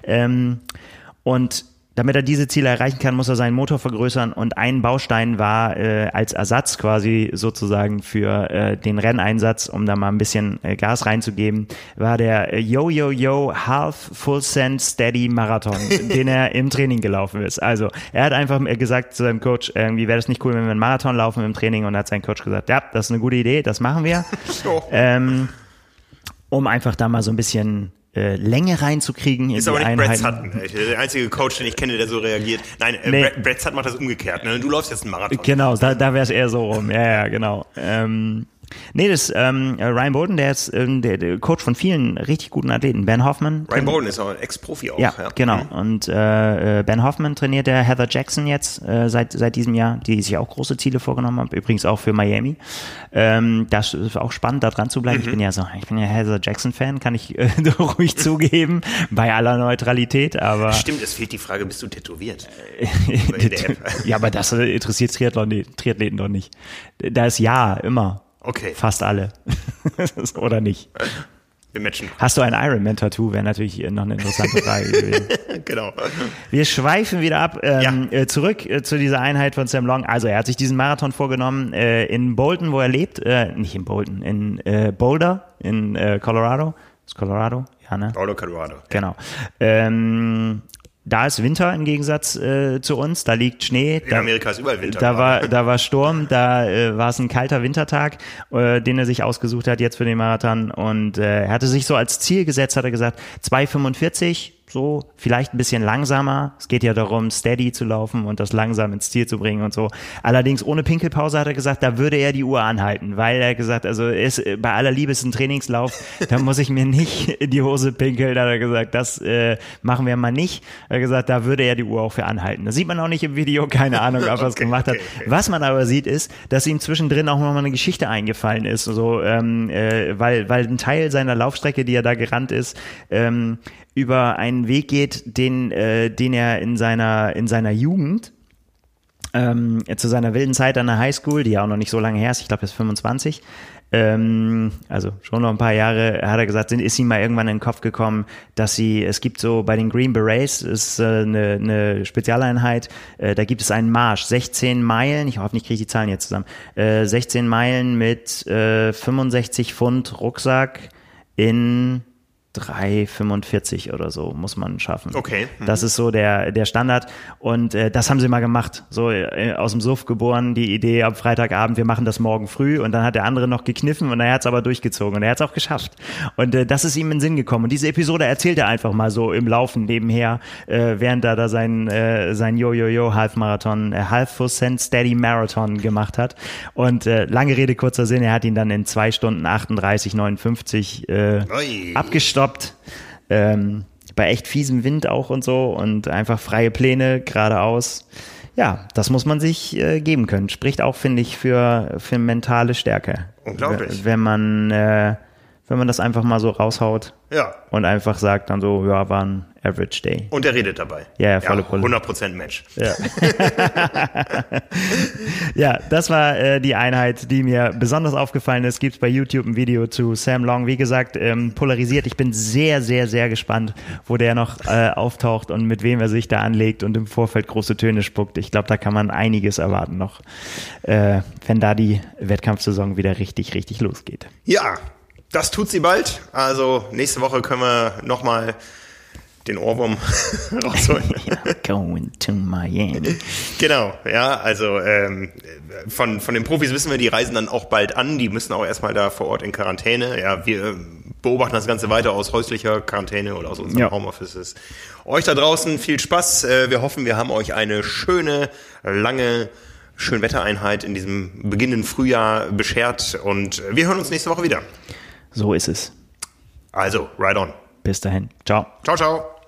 und damit er diese Ziele erreichen kann, muss er seinen Motor vergrößern, und ein Baustein war als Ersatz quasi sozusagen für den Renneinsatz, um da mal ein bisschen Gas reinzugeben, war der Yo-Yo-Yo Half Full Send Steady Marathon, den er im Training gelaufen ist. Also er hat einfach gesagt zu seinem Coach, irgendwie wäre das nicht cool, wenn wir einen Marathon laufen im Training, und hat sein Coach gesagt, ja, das ist eine gute Idee, das machen wir. Um einfach da mal so ein bisschen Länge reinzukriegen in die Einheiten. Ist aber nicht Brad Sutton, der einzige Coach, den ich kenne, der so reagiert. Nein, nee. Brad Sutton macht das umgekehrt. Ne? Du läufst jetzt einen Marathon. Genau, da wäre es eher so rum. Ja, genau. Das Ryan Bolton, der ist der Coach von vielen richtig guten Athleten. Ben Hoffman. Ryan Bolton ist auch ein Ex-Profi auch. Ja, genau. Und Ben Hoffman trainiert der Heather Jackson jetzt seit diesem Jahr, die sich auch große Ziele vorgenommen hat. Übrigens auch für Miami. Das ist auch spannend, da dran zu bleiben. Ich bin ja Heather Jackson-Fan, kann ich ruhig zugeben, bei aller Neutralität. Aber stimmt, es fehlt die Frage, bist du tätowiert? Ja, aber das interessiert Triathleten doch nicht. Da ist ja immer. Okay. Fast alle. Oder nicht? Wir matchen. Hast du ein Ironman-Tattoo? Wäre natürlich noch eine interessante Frage gewesen. Genau. Wir schweifen wieder ab. Zurück zu dieser Einheit von Sam Long. Also er hat sich diesen Marathon vorgenommen in Bolton, wo er lebt. Nicht in Bolton, in Boulder in Colorado. Ist Colorado? Ja, ne? Boulder, Colorado. Genau. Da ist Winter im Gegensatz zu uns, da liegt Schnee. In Amerika ist überall Winter. Da war Sturm, da war es ein kalter Wintertag, den er sich ausgesucht hat jetzt für den Marathon. Und er hatte sich so als Ziel gesetzt, hat er gesagt, 2,45, so vielleicht ein bisschen langsamer. Es geht ja darum, steady zu laufen und das langsam ins Ziel zu bringen und so. Allerdings ohne Pinkelpause hat er gesagt, da würde er die Uhr anhalten, weil er gesagt, also ist bei aller Liebe ist ein Trainingslauf, da muss ich mir nicht in die Hose pinkeln. Da hat er gesagt, das machen wir mal nicht. Er hat gesagt, da würde er die Uhr auch für anhalten. Das sieht man auch nicht im Video, keine Ahnung, ob er es gemacht hat. Was man aber sieht, ist, dass ihm zwischendrin auch nochmal eine Geschichte eingefallen ist, so, weil ein Teil seiner Laufstrecke, die er da gerannt ist, über einen Weg geht, den er in seiner Jugend zu seiner wilden Zeit an der Highschool, die ja auch noch nicht so lange her ist, ich glaube, er ist 25, also schon noch ein paar Jahre, hat er gesagt, ist ihm mal irgendwann in den Kopf gekommen, dass es gibt so bei den Green Berets, ist eine Spezialeinheit, da gibt es einen Marsch, 16 Meilen, ich hoffe, ich kriege die Zahlen jetzt zusammen, 16 Meilen mit 65 Pfund Rucksack in 3,45 oder so muss man schaffen. Okay. Das ist so der Standard und das haben sie mal gemacht, so aus dem Suff geboren, die Idee am Freitagabend, wir machen das morgen früh und dann hat der andere noch gekniffen und er hat es aber durchgezogen und er hat es auch geschafft und das ist ihm in den Sinn gekommen und diese Episode erzählt er einfach mal so im Laufen nebenher, während er da sein Yo-Yo-Yo Halbmarathon, Half% Steady Marathon gemacht hat und lange Rede, kurzer Sinn, er hat ihn dann in 2 Stunden 38,59 abgestoppt. Bei echt fiesem Wind auch und so und einfach freie Pläne geradeaus. Ja, das muss man sich geben können. Spricht auch, finde ich, für mentale Stärke. Unglaublich. Wenn man das einfach mal so raushaut und einfach sagt dann so, ja, war ein Average Day. Und er redet dabei. Ja, volle Pulle. 100% Match. Ja. Ja, das war die Einheit, die mir besonders aufgefallen ist. Gibt's bei YouTube ein Video zu Sam Long. Wie gesagt, polarisiert. Ich bin sehr, sehr, sehr gespannt, wo der noch auftaucht und mit wem er sich da anlegt und im Vorfeld große Töne spuckt. Ich glaube, da kann man einiges erwarten noch, wenn da die Wettkampfsaison wieder richtig, richtig losgeht. Ja, das tut sie bald. Also nächste Woche können wir nochmal den Ohrwurm rausholen. Going to Miami. Genau, ja, also von den Profis wissen wir, die reisen dann auch bald an, die müssen auch erstmal da vor Ort in Quarantäne. Ja, wir beobachten das Ganze weiter aus häuslicher Quarantäne oder aus unseren Homeoffices. Euch da draußen viel Spaß. Wir hoffen, wir haben euch eine schöne, lange Schönwettereinheit in diesem beginnenden Frühjahr beschert und wir hören uns nächste Woche wieder. So ist es. Also, right on. Bis dahin. Ciao. Ciao, ciao.